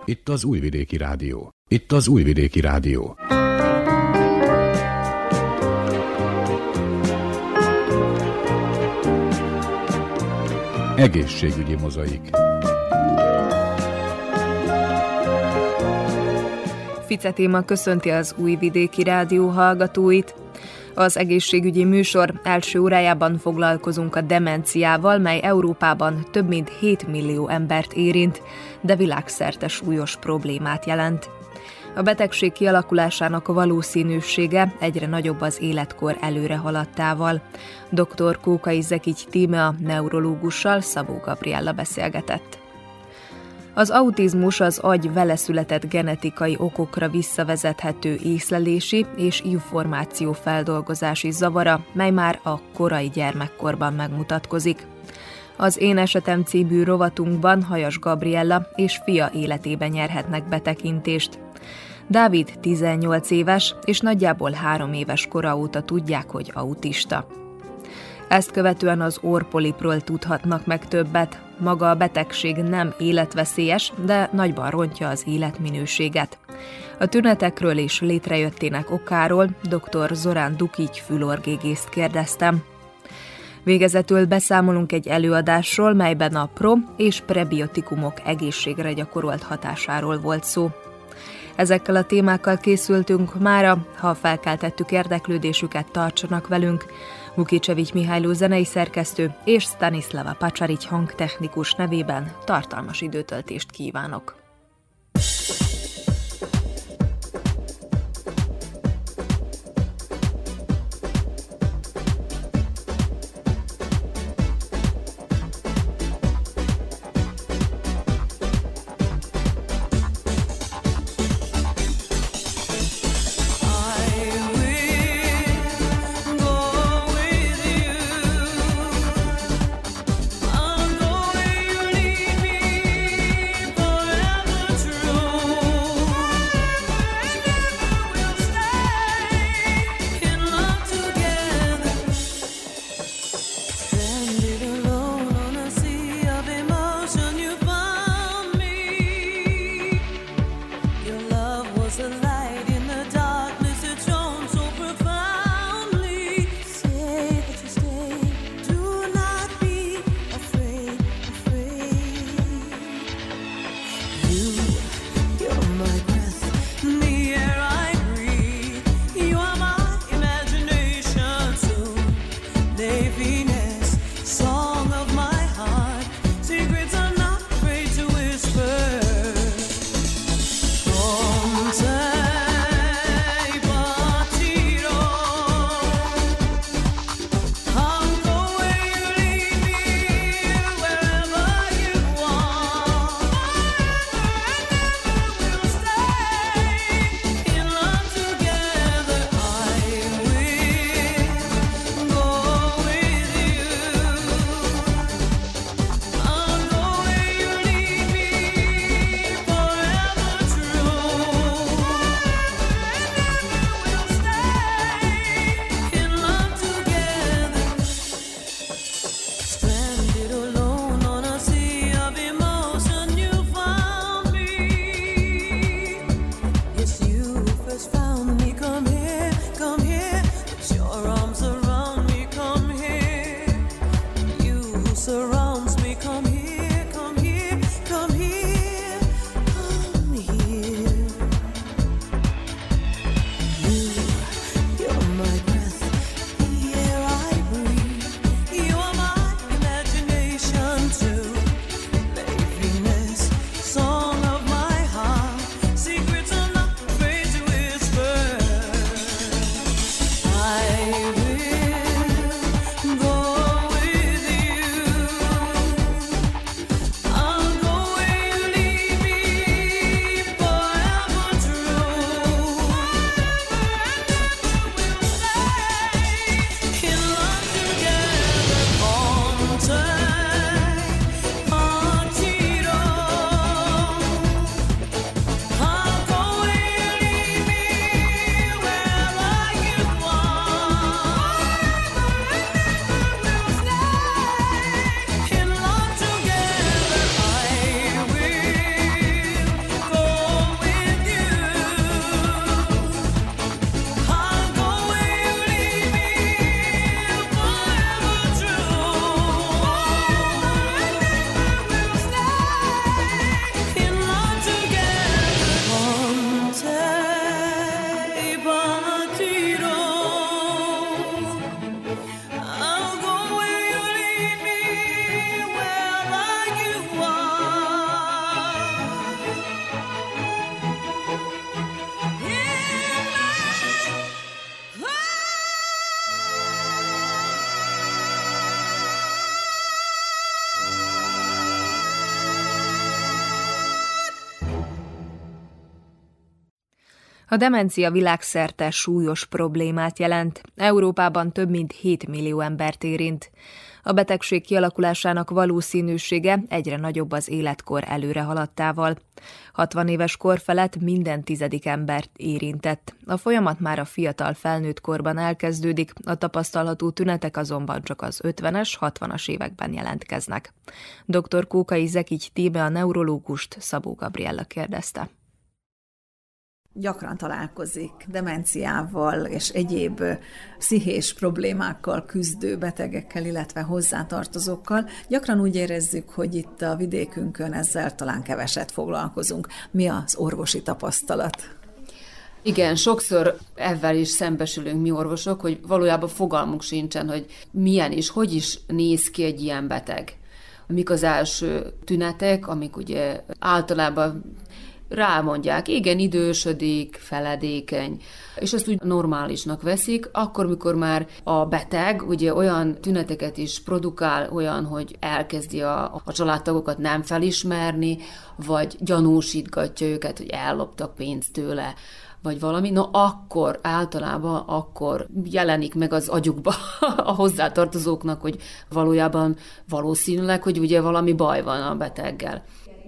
Itt az Újvidéki Rádió. Itt az Újvidéki Rádió. Egészségügyi mozaik. Fice Téma köszönti az Újvidéki Rádió hallgatóit. Az egészségügyi műsor első órájában foglalkozunk a demenciával, mely Európában több mint 7 millió embert érint, de világszerte súlyos problémát jelent. A betegség kialakulásának valószínűsége egyre nagyobb az életkor előrehaladtával. Dr. Kókai Zekigy Tímea neurológussal Szabó Gabriella beszélgetett. Az autizmus az agy veleszületett genetikai okokra visszavezethető észlelési és információfeldolgozási zavara, mely már a korai gyermekkorban megmutatkozik. Az Én esetem című rovatunkban Hajas Gabriella és fia életében nyerhetnek betekintést. Dávid 18 éves, és nagyjából 3 éves kora óta tudják, hogy autista. Ezt követően az orrpolipról tudhatnak meg többet. Maga a betegség nem életveszélyes, de nagyban rontja az életminőséget. A tünetekről és létrejöttének okáról dr. Zorán Dukigy fülorgégészt kérdeztem. Végezetül beszámolunk egy előadásról, melyben a pro- és prebiotikumok egészségre gyakorolt hatásáról volt szó. Ezekkel a témákkal készültünk mára, ha felkeltettük érdeklődésüket, tartsanak velünk. Vukicevics Mihályló zenei szerkesztő és Stanislava Pacsarics hangtechnikus nevében tartalmas időtöltést kívánok. For A demencia világszerte súlyos problémát jelent. Európában több mint 7 millió embert érint. A betegség kialakulásának valószínűsége egyre nagyobb az életkor előrehaladtával. 60 éves kor felett minden 10. embert érintett. A folyamat már a fiatal felnőtt korban elkezdődik, a tapasztalható tünetek azonban csak az 50-es, 60-as években jelentkeznek. Dr. Kókai Zekigy Tíme, a neurológust Szabó Gabriella kérdezte. Gyakran találkozik demenciával és egyéb pszichés problémákkal küzdő betegekkel, illetve hozzátartozókkal. Gyakran úgy érezzük, hogy itt a vidékünkön ezzel talán keveset foglalkozunk. Mi az orvosi tapasztalat? Igen, sokszor ezzel is szembesülünk mi orvosok, hogy valójában fogalmunk sincsen, hogy milyen és hogy is néz ki egy ilyen beteg. Mik az első tünetek, amik ugye általában rámondják, igen, idősödik, feledékeny, és azt úgy normálisnak veszik, akkor, mikor már a beteg ugye olyan tüneteket is produkál, olyan, hogy elkezdi a családtagokat nem felismerni, vagy gyanúsítgatja őket, hogy elloptak pénzt tőle, vagy valami, akkor általában akkor jelenik meg az agyukba a hozzátartozóknak, hogy valójában valószínűleg, hogy ugye valami baj van a beteggel.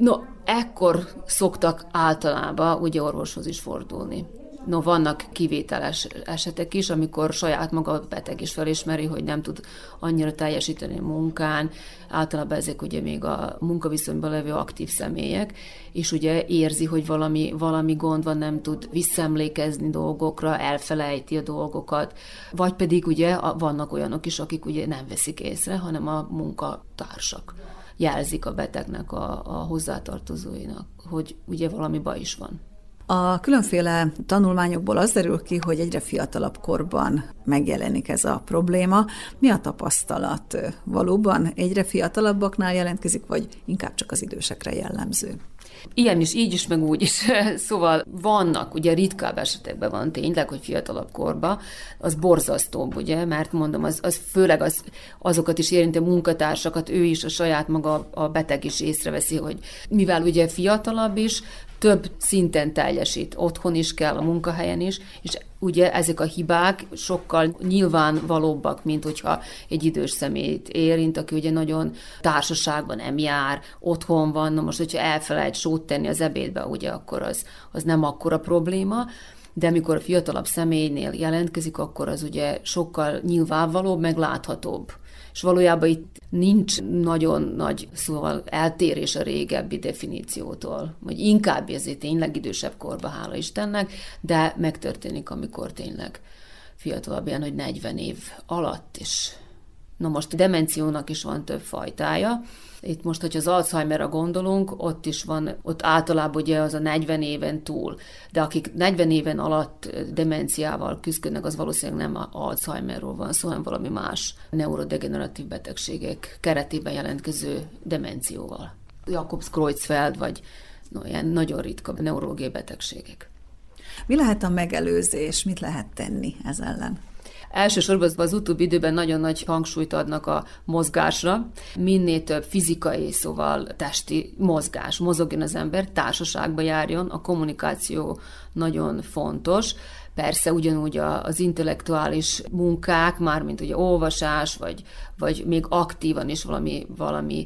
Ekkor szoktak általában ugye orvoshoz is fordulni. Vannak kivételes esetek is, amikor saját maga a beteg is felismeri, hogy nem tud annyira teljesíteni a munkán. Általában ezek ugye még a munkaviszonyban levő aktív személyek, és ugye érzi, hogy valami gond van, nem tud visszaemlékezni dolgokra, elfelejti a dolgokat, vagy pedig ugye vannak olyanok is, akik ugye nem veszik észre, hanem a munkatársak jelzik a betegnek, a hozzátartozóinak, hogy ugye valami baj is van. A különféle tanulmányokból az derül ki, hogy egyre fiatalabb korban megjelenik ez a probléma. Mi a tapasztalat? Valóban egyre fiatalabbaknál jelentkezik, vagy inkább csak az idősekre jellemző? Ilyen is, így is, meg úgy is. Szóval vannak, ugye ritkább esetekben van tényleg, hogy fiatalabb korban, az borzasztóbb, ugye, mert mondom, az főleg azokat is érinti a munkatársakat, ő is, a saját maga a beteg is észreveszi, hogy mivel ugye fiatalabb is, több szinten teljesít, otthon is kell, a munkahelyen is, és ugye ezek a hibák sokkal nyilvánvalóbbak, mint hogyha egy idős személyt érint, aki ugye nagyon társaságban nem jár, otthon van, most hogyha elfelejt sót tenni az ebédbe, ugye akkor az nem akkora probléma, de amikor a fiatalabb személynél jelentkezik, akkor az ugye sokkal nyilvánvalóbb, meg láthatóbb. És valójában itt nincs nagyon nagy, szóval eltérés a régebbi definíciótól, vagy inkább ezért tényleg idősebb korba, hála Istennek, de megtörténik, amikor tényleg fiatalabb, ilyen, hogy 40 év alatt is. Most a demenciónak is van több fajtája. Itt most, hogyha az Alzheimerra gondolunk, ott is van, ott általában ugye az a 40 éven túl, de akik 40 éven alatt demenciával küzdködnek, az valószínűleg nem Alzheimerról van szó, hanem valami más neurodegeneratív betegségek keretében jelentkező demencióval. Jacobs-Creutzfeldt, vagy ilyen nagyon ritka neurológiai betegségek. Mi lehet a megelőzés? Mit lehet tenni ez ellen? Elsősorban az utóbbi időben nagyon nagy hangsúlyt adnak a mozgásra. Minél több fizikai, szóval testi mozgás, mozogjon az ember, társaságba járjon, a kommunikáció nagyon fontos. Persze ugyanúgy az intellektuális munkák, mármint ugye olvasás, vagy még aktívan is valami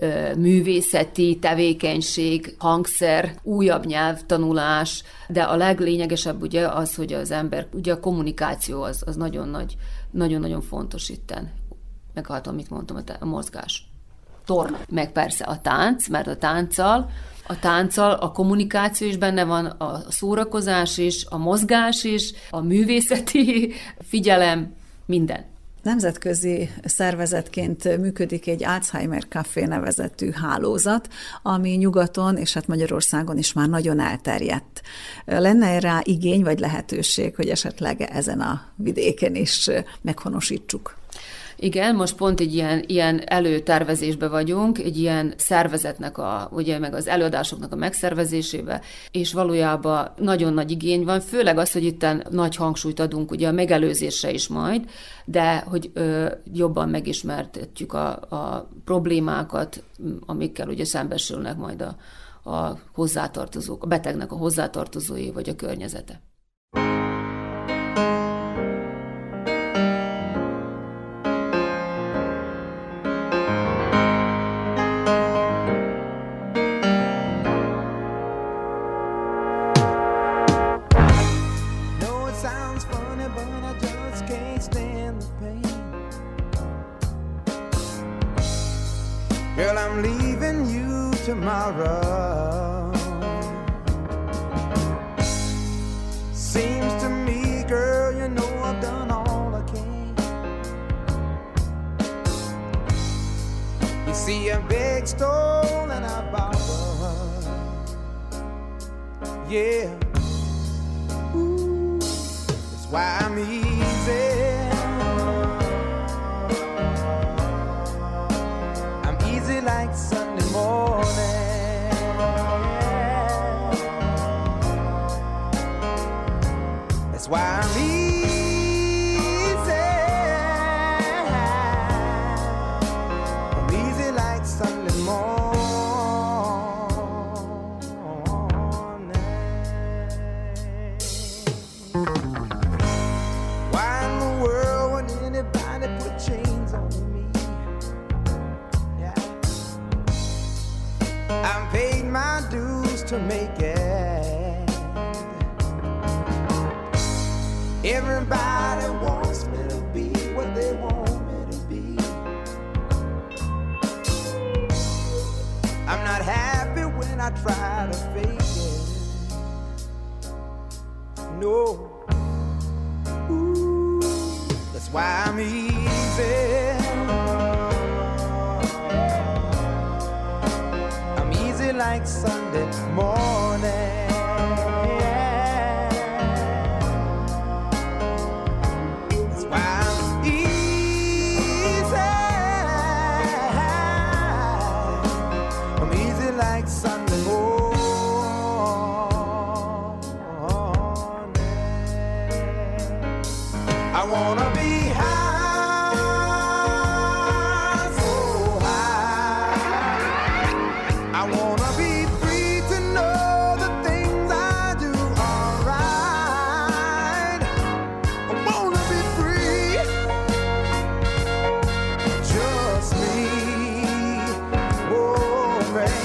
művészeti tevékenység, hangszer, újabb nyelvtanulás, de a leglényegesebb ugye az, hogy az ember, ugye a kommunikáció az nagyon fontos itten. Meghallgatom, amit mondtam, a mozgás. Torna. Meg persze a tánc, mert a tánccal a kommunikáció is benne van, a szórakozás is, a mozgás is, a művészeti figyelem, minden. Nemzetközi szervezetként működik egy Alzheimer Café nevezetű hálózat, ami nyugaton és hát Magyarországon is már nagyon elterjedt. Lenne rá igény vagy lehetőség, hogy esetleg ezen a vidéken is meghonosítsuk? Igen, most pont egy ilyen előtervezésbe vagyunk, egy ilyen szervezetnek ugye meg az előadásoknak a megszervezésébe, és valójában nagyon nagy igény van, főleg az, hogy itten nagy hangsúlyt adunk ugye a megelőzésre is majd, de hogy jobban megismertetjük a problémákat, amikkel ugye szembesülnek majd a hozzátartozók, a betegnek a hozzátartozói vagy a környezete. tomorrow. Seems to me, girl, you know I've done all I can. You see a big stone and I borrow. Yeah. Ooh, that's why I'm easy. I'm easy like Sunday morning. That's why I'm easy. I'm easy like Sunday morning. Why in the world would anybody put chains on me? Yeah. I've paid my dues to make it. Everybody wants me to be what they want me to be. I'm not happy when I try to fake it. No. Ooh, that's why I'm easy. I'm easy like Sunday morning. I wanna be high, so high. I wanna be free to know the things I do are right. I wanna be free, just me, oh man.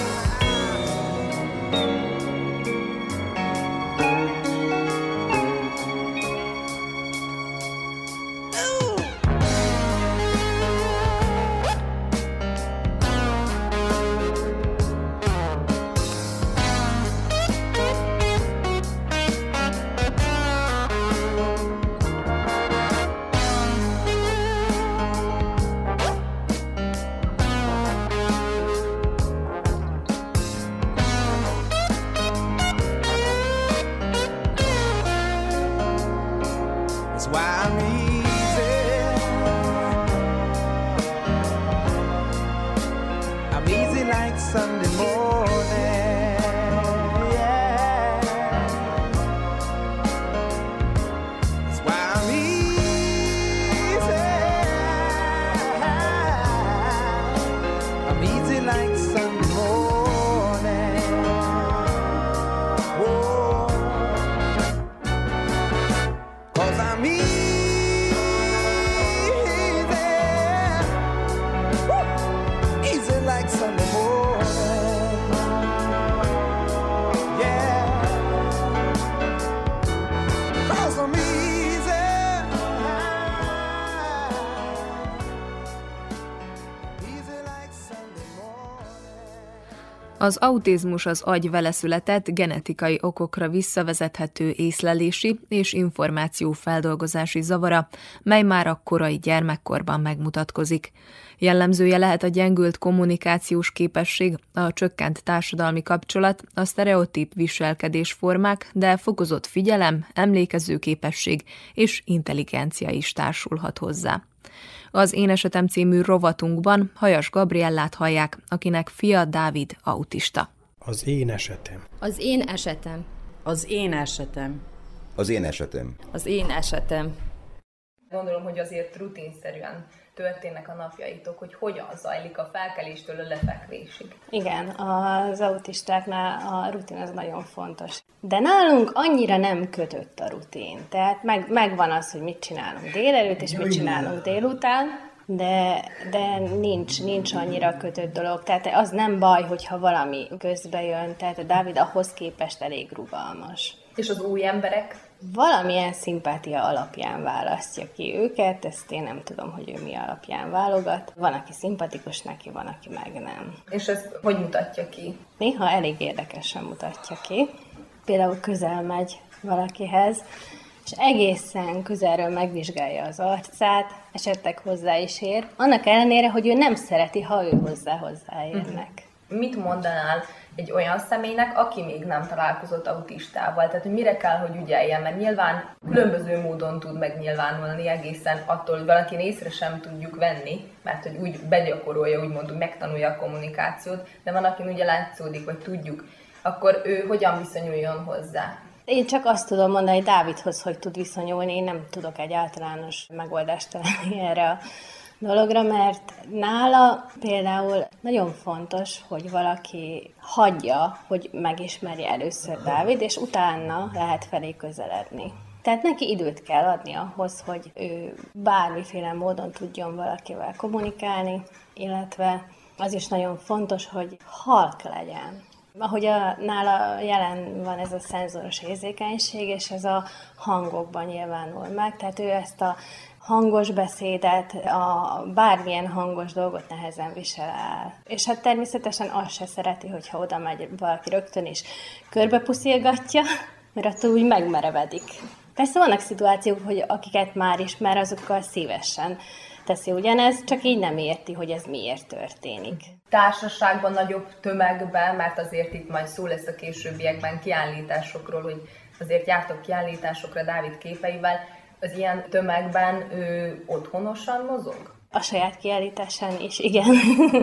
Sunday morning, yeah. That's why I'm easy. I'm easy like Sunday morning. Whoa. 'Cause I'm easy. Woo. Easy like Sunday morning. Az autizmus az agy vele született, genetikai okokra visszavezethető észlelési és információfeldolgozási zavara, mely már a korai gyermekkorban megmutatkozik. Jellemzője lehet a gyengült kommunikációs képesség, a csökkent társadalmi kapcsolat, a sztereotíp viselkedésformák, de fokozott figyelem, emlékezőképesség és intelligencia is társulhat hozzá. Az Én esetem című rovatunkban Hajas Gabriellát hallják, akinek fia Dávid autista. Az én esetem. Az én esetem. Az én esetem. Az én esetem. Az én esetem. Gondolom, hogy azért rutinszerűen történnek a napjaitok, hogy hogyan zajlik a felkeléstől a lefekvésig. Igen, az autistáknál a rutin az nagyon fontos. De nálunk annyira nem kötött a rutin. Tehát megvan az, hogy mit csinálunk délelőtt, és mit csinálunk délután, de nincs annyira kötött dolog. Tehát az nem baj, hogyha valami közbe jön. Tehát a Dávid ahhoz képest elég rugalmas. És az új emberek valamilyen szimpátia alapján választja ki őket, ezt én nem tudom, hogy ő mi alapján válogat. Van, aki szimpatikus neki, van, aki meg nem. És ezt hogy mutatja ki? Néha elég érdekesen mutatja ki. Például közel megy valakihez, és egészen közelről megvizsgálja az arcát, esetleg hozzá is ér, annak ellenére, hogy ő nem szereti, ha ő hozzáérnek. Mit mondanál egy olyan személynek, aki még nem találkozott autistával? Tehát, hogy mire kell, hogy ügyeljen? Mert nyilván különböző módon tud megnyilvánulni egészen attól, hogy valakin észre sem tudjuk venni, mert hogy úgy begyakorolja, úgymond, úgy megtanulja a kommunikációt, de van, akin ugye látszódik, vagy tudjuk, akkor ő hogyan viszonyuljon hozzá? Én csak azt tudom mondani, hogy Dávidhoz hogy tud viszonyulni, én nem tudok egy általános megoldást találni erre a dologra, mert nála például nagyon fontos, hogy valaki hagyja, hogy megismerje először Dávid, és utána lehet felé közeledni. Tehát neki időt kell adni ahhoz, hogy ő bármiféle módon tudjon valakivel kommunikálni, illetve az is nagyon fontos, hogy halk legyen. Ahogy nála jelen van ez a szenzoros érzékenység, és ez a hangokban nyilvánul meg, tehát ő ezt a hangos beszédet, a bármilyen hangos dolgot nehezen visel el. És hát természetesen azt se szereti, hogyha oda megy valaki rögtön is körbepuszilgatja, mert attól úgy megmerevedik. Persze vannak szituációk, hogy akiket már ismer, azokkal szívesen teszi ugyanez, csak így nem érti, hogy ez miért történik. Társaságban, nagyobb tömegben, mert azért itt majd szó lesz a későbbiekben kiállításokról, hogy azért jártok kiállításokra Dávid képeivel, az ilyen tömegben ő otthonosan mozog? A saját kiállításán is, igen.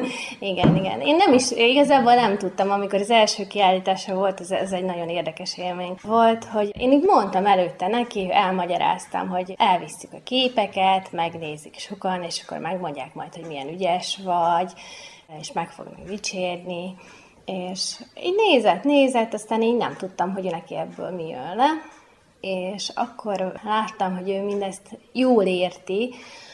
igen. Én nem is, igazából nem tudtam, amikor az első kiállítása volt, ez egy nagyon érdekes élmény volt, hogy én így mondtam előtte neki, elmagyaráztam, hogy elvisszük a képeket, megnézik sokan, és akkor megmondják majd, hogy milyen ügyes vagy, és meg fognak dicsérni. És így nézett, aztán így nem tudtam, hogy neki ebből mi jön le. És akkor láttam, hogy ő mindezt jól érti,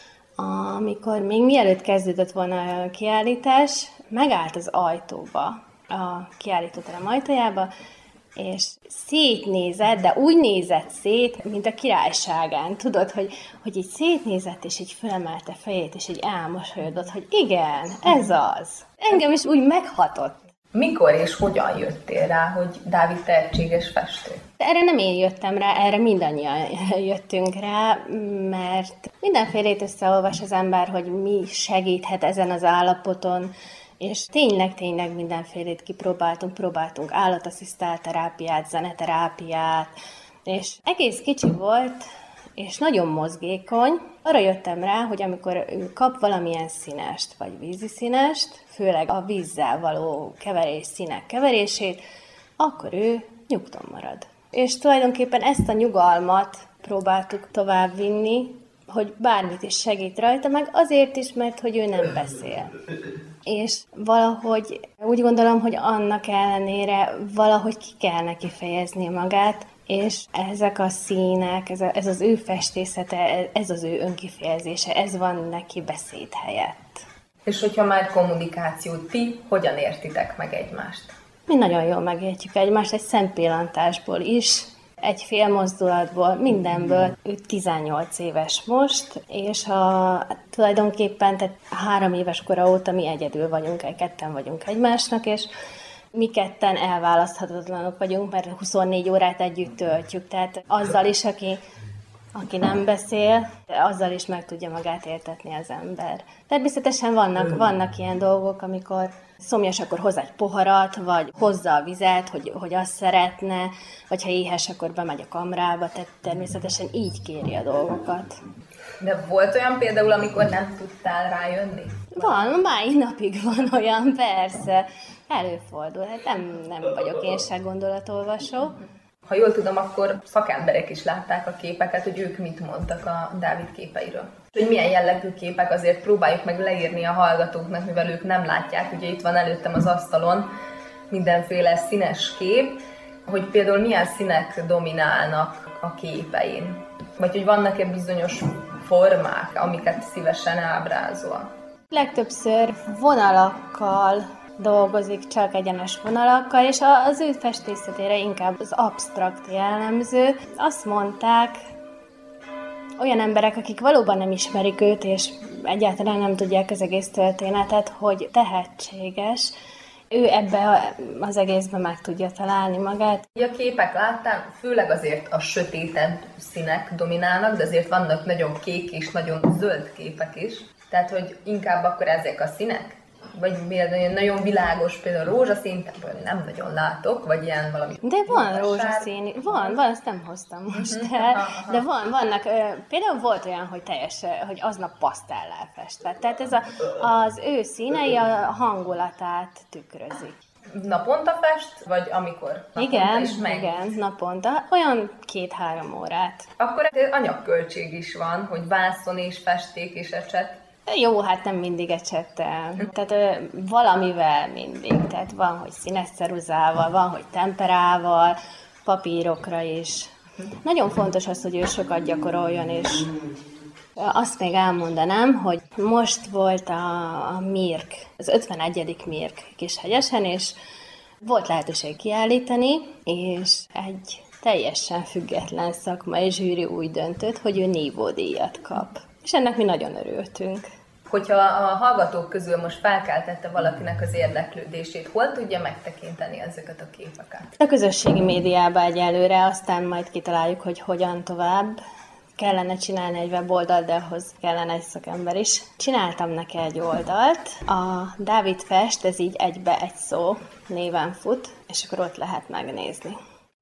amikor még mielőtt kezdődött volna a kiállítás, megállt az ajtóba, a kiállítóterem ajtajába, és szétnézett, de úgy nézett szét, mint a királyságán. Tudod, hogy így szétnézett, és így fölemelte fejét, és így elmosolyodott, hogy igen, ez az. Engem is úgy meghatott. Mikor és hogyan jöttél rá, hogy Dávid tehetséges festő? Erre nem én jöttem rá, erre mindannyian jöttünk rá, mert mindenfélét összeolvas az ember, hogy mi segíthet ezen az állapoton, és tényleg mindenfélét próbáltunk állatasszisztált terápiát, zeneterápiát, és egész kicsi volt, és nagyon mozgékony. Arra jöttem rá, hogy amikor ő kap valamilyen színest, vagy víziszínest, főleg a vízzel való színek keverését, akkor ő nyugton marad. És tulajdonképpen ezt a nyugalmat próbáltuk továbbvinni, hogy bármit is segít rajta, meg azért is, mert hogy ő nem beszél. És valahogy úgy gondolom, hogy annak ellenére valahogy ki kell neki fejezni magát, és ezek a színek, ez az ő festészete, ez az ő önkifejezése, ez van neki beszéd helyett. És hogyha már kommunikáció, ti hogyan értitek meg egymást? Mi nagyon jól megértjük egymást, egy szempillantásból is, egy félmozdulatból, mindenből. Ő 18 éves most, és tulajdonképpen tehát 3 éves kora óta mi egyedül vagyunk, ketten vagyunk egymásnak, és mi ketten elválaszthatatlanok vagyunk, mert 24 órát együtt töltjük, tehát azzal is, aki nem beszél, azzal is meg tudja magát értetni az ember. Természetesen vannak ilyen dolgok, amikor szomjas, akkor hoz egy poharat, vagy hozza a vizet, hogy azt szeretne, vagy ha éhes, akkor bemegy a kamrába, tehát természetesen így kéri a dolgokat. De volt olyan például, amikor nem tudtál rájönni? Van, mai napig van olyan, persze. Előfordul, hát nem vagyok én se gondolatolvasó. Ha jól tudom, akkor szakemberek is látták a képeket, hogy ők mit mondtak a Dávid képeiről. Hogy milyen jellegű képek, azért próbáljuk meg leírni a hallgatóknak, mivel ők nem látják. Ugye itt van előttem az asztalon mindenféle színes kép, hogy például milyen színek dominálnak a képein. Vagy hogy vannak-e bizonyos formák, amiket szívesen ábrázol. Legtöbbször vonalakkal dolgozik csak egyenes vonalakkal, és az ő festészetére inkább az absztrakt jellemző. Azt mondták olyan emberek, akik valóban nem ismerik őt, és egyáltalán nem tudják az egész történetet, hogy tehetséges, ő ebbe az egészben meg tudja találni magát. A képek láttán főleg azért a sötétebb színek dominálnak, de azért vannak nagyon kék és nagyon zöld képek is. Tehát, hogy inkább akkor ezek a színek? Vagy például nagyon világos, például rózsaszín, nem nagyon látok, vagy ilyen valami... De van rózsaszín, van, azt nem hoztam most el, de vannak, például volt olyan, hogy hogy aznap pasztellel festve. Tehát ez az ő színei a hangulatát tükrözik. Naponta fest, vagy amikor? Naponta Igen, naponta. Olyan 2-3 órát. Akkor anyagköltség is van, hogy vászon és festék és ecset. Jó, hát nem mindig ecsettel. Tehát valamivel mindig. Tehát van, hogy színes ceruzával, van, hogy temperával, papírokra is. Nagyon fontos az, hogy ő sokat gyakoroljon, és azt még elmondanám, hogy most volt a Mirk, az 51. Mirk Kishegyesen, és volt lehetőség kiállítani, és egy teljesen független szakmai zsűri úgy döntött, hogy ő nívódíjat kap. És ennek mi nagyon örültünk. Hogyha a hallgatók közül most felkeltette valakinek az érdeklődését, hol tudja megtekinteni ezeket a képeket? A közösségi médiában egyelőre, aztán majd kitaláljuk, hogy hogyan tovább. Kellene csinálni egy weboldalt, de ahhoz kellene egy szakember is. Csináltam neki egy oldalt. A Dávid Fest, ez így egybe egy szó néven fut, és akkor ott lehet megnézni.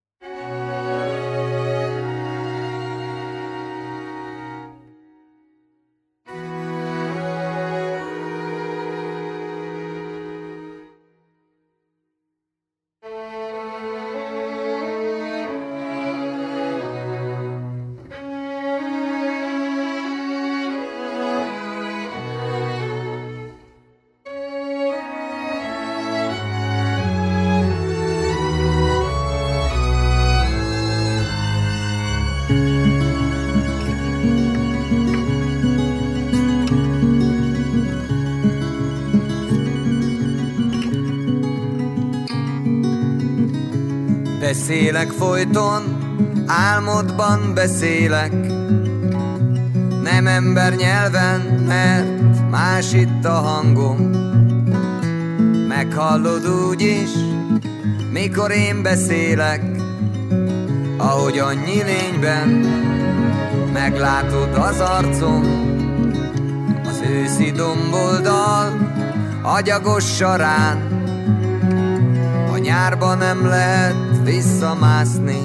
Beszélek folyton, álmodban beszélek, nem ember nyelven, mert más itt a hangom. Meghallod úgyis, mikor én beszélek, ahogy annyi lényben meglátod az arcom. Az őszi domboldal, agyagos sarán, a nyárba nem lehet visszamászni,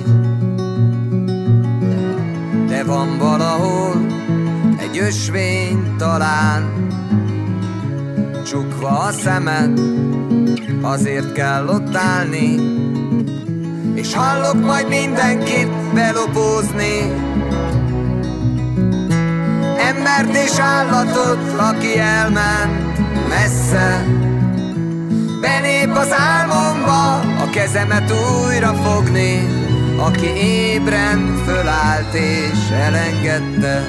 de van valahol egy ösvény talán. Csukva a szemed, azért kell ott állni, és hallok majd mindenkit belopózni. Embert és állatot, aki elment messze, belép az álmomba, a kezemet újra fogni, aki ébren fölállt és elengedte,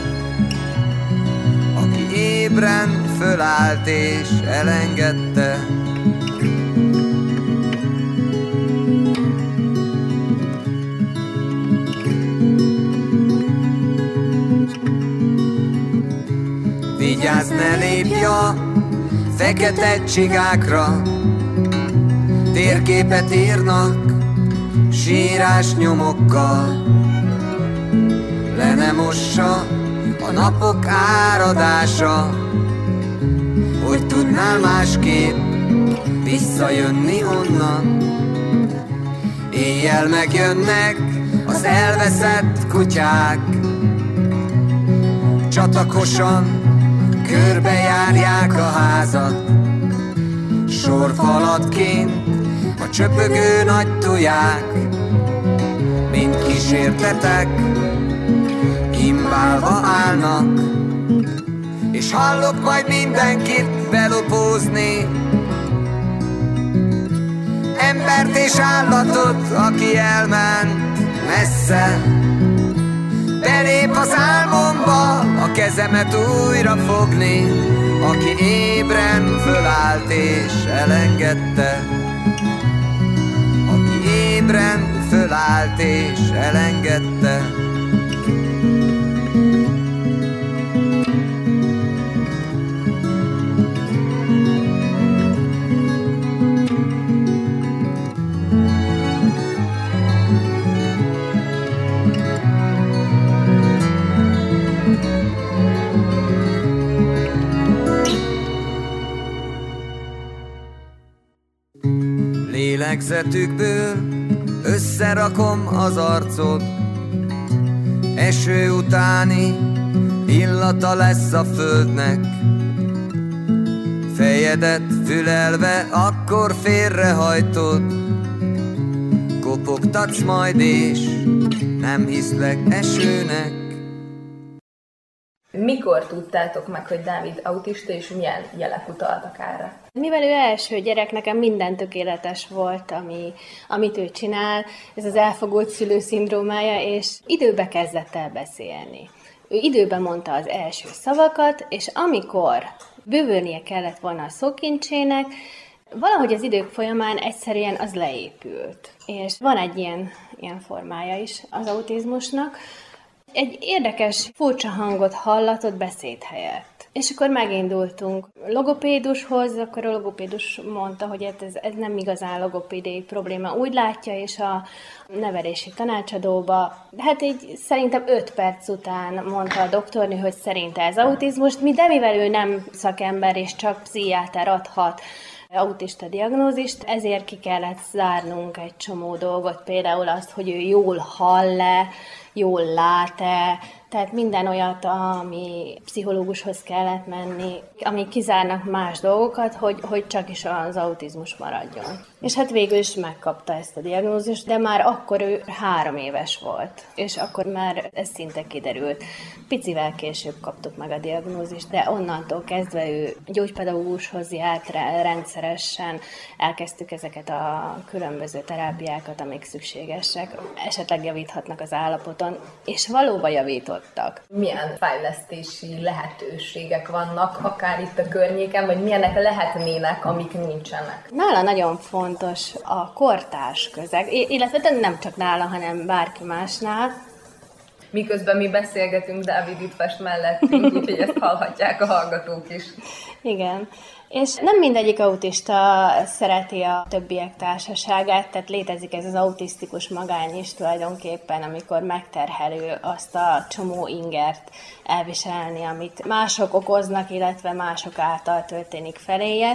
aki ébren fölállt és elengedte. Vigyázz, ne lépj a fekete csigákra, térképet írnak sírás nyomokkal. Le ne mossa a napok áradása, hogy tudnál másképp visszajönni onnan. Éjjel megjönnek az elveszett kutyák, csatakosan körbejárják a házat. Sorfalatként a csöpögő nagy tuják, mint kísértetek, imbálva állnak, és hallok majd mindenkit belopózni. Embert és állatot, aki elment messze, belép az álmomba, a kezemet újra fogni, aki ébren fölállt és elengedte. Aki ébren fölállt és elengedte. Lélegzetükből összerakom az arcod, eső utáni illata lesz a földnek. Fejedet fülelve akkor félrehajtod, kopogtatsz majd és nem hiszlek esőnek. Mikor tudtátok meg, hogy Dávid autista, és milyen jelek utaltak erre? Mivel ő első gyerek, nekem minden tökéletes volt, amit ő csinál, ez az elfogult szülő szindrómája, és időbe kezdett el beszélni. Ő időben mondta az első szavakat, és amikor bővülnie kellett volna a szókincsének, valahogy az idők folyamán egyszerűen az leépült. És van egy ilyen formája is az autizmusnak. Egy érdekes, furcsa hangot hallatott beszéd helyett. És akkor megindultunk logopédushoz, akkor a logopédus mondta, hogy ez nem igazán logopédiai probléma. Úgy látja, és a nevelési tanácsadóba, hát így szerintem 5 perc után mondta a doktornő, hogy szerinte ez autizmus, de mivel ő nem szakember, és csak pszichiáter adhat autista diagnózist, ezért ki kellett zárnunk egy csomó dolgot, például azt, hogy ő jól hall-e, jól lát-e, tehát minden olyat, ami pszichológushoz kellett menni, ami kizárnak más dolgokat, hogy csak is az autizmus maradjon. És hát végül is megkapta ezt a diagnózist, de már akkor ő 3 éves volt, és akkor már ez szinte kiderült. Picivel később kaptuk meg a diagnózist, de onnantól kezdve ő gyógypedagógushoz járt rendszeresen, elkezdtük ezeket a különböző terápiákat, amik szükségesek, esetleg javíthatnak az állapoton, és valóban javítottak. Milyen fejlesztési lehetőségek vannak, akár itt a környéken, vagy milyenek lehetnének, amik nincsenek? Nála nagyon fontos a kortárs közeg, illetve nem csak nála, hanem bárki másnál. Miközben mi beszélgetünk, Dávid itt fest mellettünk, úgyhogy ezt hallhatják a hallgatók is. Igen. És nem mindegyik autista szereti a többiek társaságát, tehát létezik ez az autisztikus magány is tulajdonképpen, amikor megterhelő azt a csomó ingert elviselni, amit mások okoznak, illetve mások által történik feléje.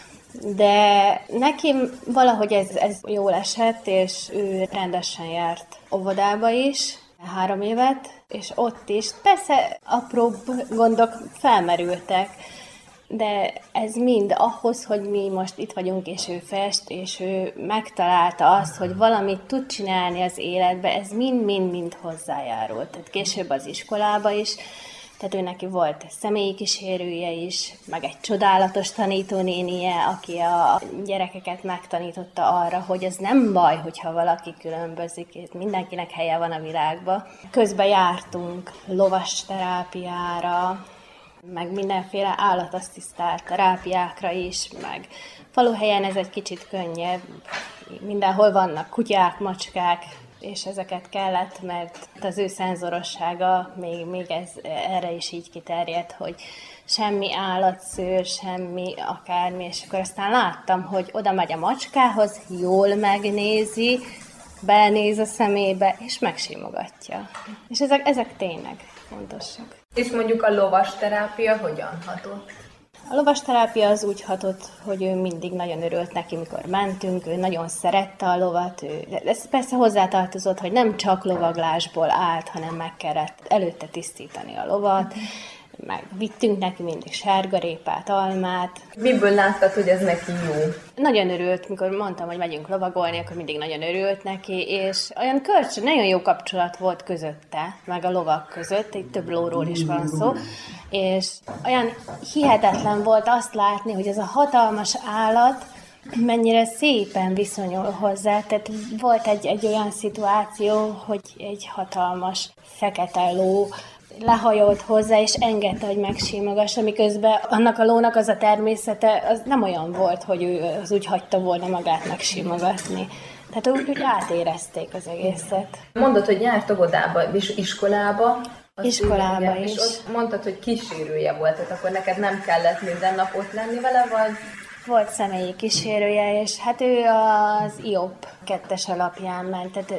De neki valahogy ez jól esett, és ő rendesen járt óvodába is, 3 évet, és ott is. Persze apróbb gondok felmerültek, de ez mind ahhoz, hogy mi most itt vagyunk, és ő fest, és ő megtalálta azt, hogy valamit tud csinálni az életbe, ez mind hozzájárult. Tehát később az iskolába is, tehát ő neki volt személyi kísérője is, meg egy csodálatos tanítónénie, aki a gyerekeket megtanította arra, hogy ez nem baj, hogyha valaki különbözik, mindenkinek helye van a világban. Közben jártunk lovas terápiára, meg mindenféle állatasszisztált terápiákra is, meg faluhelyen ez egy kicsit könnyebb, mindenhol vannak kutyák, macskák, és ezeket kellett, mert az ő szenzorossága még erre is így kiterjedt, hogy semmi állatszőr, semmi akármi, és akkor aztán láttam, hogy oda megy a macskához, jól megnézi, belenéz a szemébe, és megsimogatja. És ezek tényleg fontosak. És mondjuk a lovas terápia hogyan hatott? A lovasterápia az úgy hatott, hogy ő mindig nagyon örült neki, mikor mentünk, ő nagyon szerette a lovat, ez persze hozzátartozott, hogy nem csak lovaglásból állt, hanem meg kellett előtte tisztítani a lovat, meg vittünk neki mindig sárgarépát, almát. Miből láttad, hogy ez neki jó? Nagyon örült, mikor mondtam, hogy megyünk lovagolni, akkor mindig nagyon örült neki, és olyan nagyon jó kapcsolat volt közötte, meg a lovak között, itt több lóról is van szó, és olyan hihetetlen volt azt látni, hogy ez a hatalmas állat mennyire szépen viszonyul hozzá. Tehát volt egy olyan szituáció, hogy egy hatalmas fekete ló lehajolt hozzá, és engedte, hogy megsímogassa, miközben annak a lónak az a természete, az nem olyan volt, hogy ő az úgy hagyta volna magát megsímogatni. Tehát úgy átérezték az egészet. Mondod, hogy járt óvodába és iskolába. Iskolába is. És ott mondtad, hogy kísérője volt, tehát akkor neked nem kellett minden nap ott lenni vele, vagy? Volt személyi kísérője, és hát ő az IOP 2-es alapján ment, tehát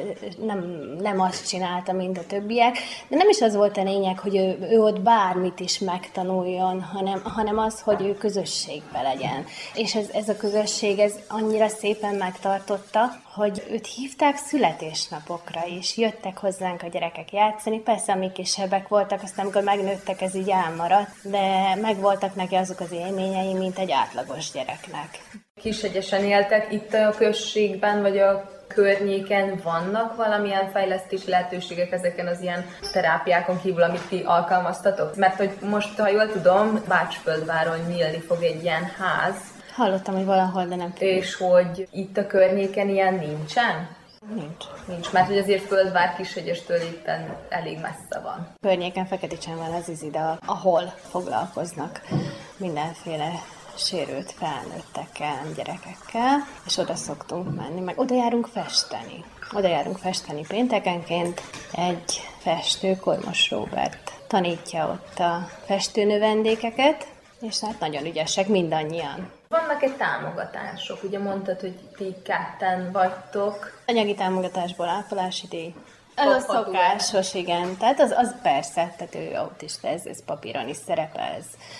nem azt csinálta, mint a többiek, de nem is az volt a lényeg, hogy ő ott bármit is megtanuljon, hanem az, hogy ő közösségbe legyen. És ez a közösség, ez annyira szépen megtartotta, hogy őt hívták születésnapokra is. Jöttek hozzánk a gyerekek játszani, persze amíg kisebbek voltak, aztán amikor megnőttek, ez így elmaradt, de megvoltak neki azok az élményei, mint egy átlagos gyereknek. Kishegyesen éltek itt a községben, vagy a környéken, vannak valamilyen fejlesztési lehetőségek ezeken az ilyen terápiákon kívül, amit ti alkalmaztatok? Mert hogy most, ha jól tudom, Bácsföldváron nyílni fog egy ilyen ház. Hallottam, hogy valahol, de nem tudom. És hogy itt a környéken ilyen nincsen? Nincs, mert hogy azért Földvár Kishegyestől éppen elég messze van. Környéken Feketicsen van az Izida, ahol foglalkoznak mindenféle sérült felnőttekkel, gyerekekkel, és oda szoktunk menni, meg oda járunk festeni. Oda járunk festeni péntekenként. Egy festő, Kormos Róbert tanítja ott a festőnövendékeket, és hát nagyon ügyesek mindannyian. Vannak-e támogatások? Ugye mondtad, hogy ti ketten vagytok. Anyagi támogatásból ápolási díj. Ez a szokásos, igen. Tehát az persze, tehát ő autista, ez papíron is szerepel,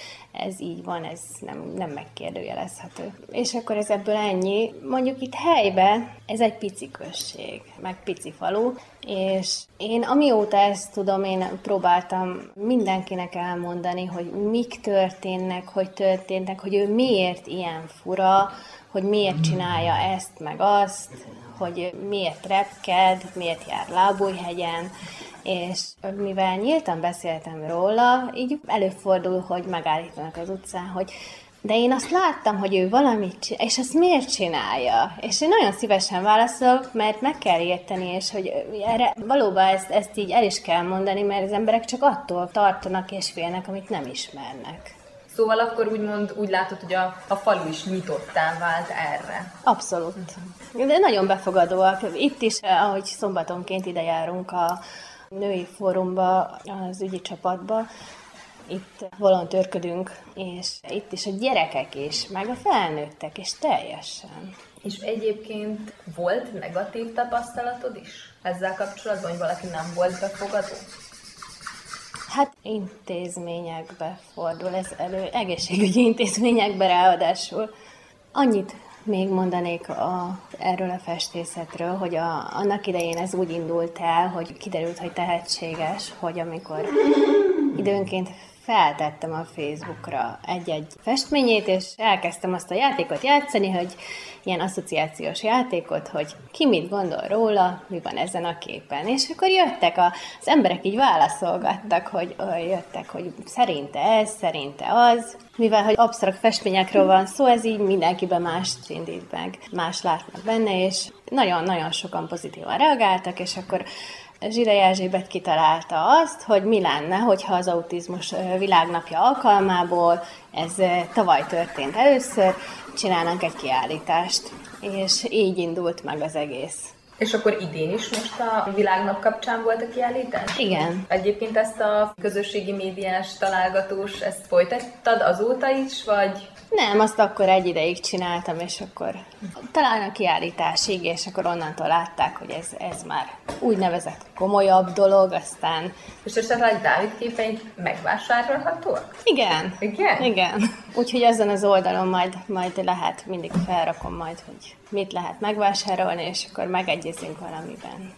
ez így van, ez nem megkérdőjelezhető. És akkor ez ebből ennyi. Mondjuk itt helyben ez egy pici község, meg pici falu, és én amióta ezt tudom, én próbáltam mindenkinek elmondani, hogy mik történnek, hogy ő miért ilyen fura, hogy miért csinálja ezt meg azt, hogy miért repked, miért jár Lábújhegyen, és mivel nyíltan beszéltem róla, így előfordul, hogy megállítanak az utcán, hogy de én azt láttam, hogy ő valamit csinál, és ezt miért csinálja? És én nagyon szívesen válaszolok, mert meg kell érteni, és hogy erre valóban ezt így el is kell mondani, mert az emberek csak attól tartanak és félnek, amit nem ismernek. Szóval akkor úgy látod, hogy a falu is nyitottá vált erre. Abszolút. De nagyon befogadóak. Itt is, ahogy szombatonként ide járunk a női fórumba, az ügyi csapatba, itt volontőrködünk, és itt is a gyerekek is, meg a felnőttek is teljesen. És egyébként volt negatív tapasztalatod is ezzel kapcsolatban, hogy valaki nem volt befogadó? Hát intézményekbe fordul ez elő, egészségügyi intézményekbe ráadásul. Annyit még mondanék erről a festészetről, hogy annak idején ez úgy indult el, hogy kiderült, hogy tehetséges, hogy amikor időnként feltettem a Facebookra egy-egy festményét, és elkezdtem azt a játékot játszani, hogy ilyen asszociációs játékot, hogy ki mit gondol róla, mi van ezen a képen. És akkor jöttek az emberek, így válaszolgattak, hogy szerinte ez, szerinte az. Mivel, hogy absztrakt festményekről van szó, ez így mindenkiben mást indít meg, más látnak benne, és nagyon-nagyon sokan pozitívan reagáltak, és akkor Zsidai Erzsébet kitalálta azt, hogy mi lenne, hogyha az autizmus világnapja alkalmából, ez tavaly történt először, csinálnánk egy kiállítást, és így indult meg az egész. És akkor idén is most a világnap kapcsán volt a kiállítás? Igen. Egyébként ezt a közösségi médiás találgatós, ezt folytattad azóta is, vagy? Nem, azt akkor egy ideig csináltam, és akkor talán a kiállításig, és akkor onnantól látták, hogy ez már úgynevezett komolyabb dolog, aztán... És esetleg Dávid képei megvásárolhatóak? Igen. Igen? Igen. Úgyhogy azon az oldalon majd lehet, mindig felrakom majd, hogy mit lehet megvásárolni, és akkor megegyezünk valamiben.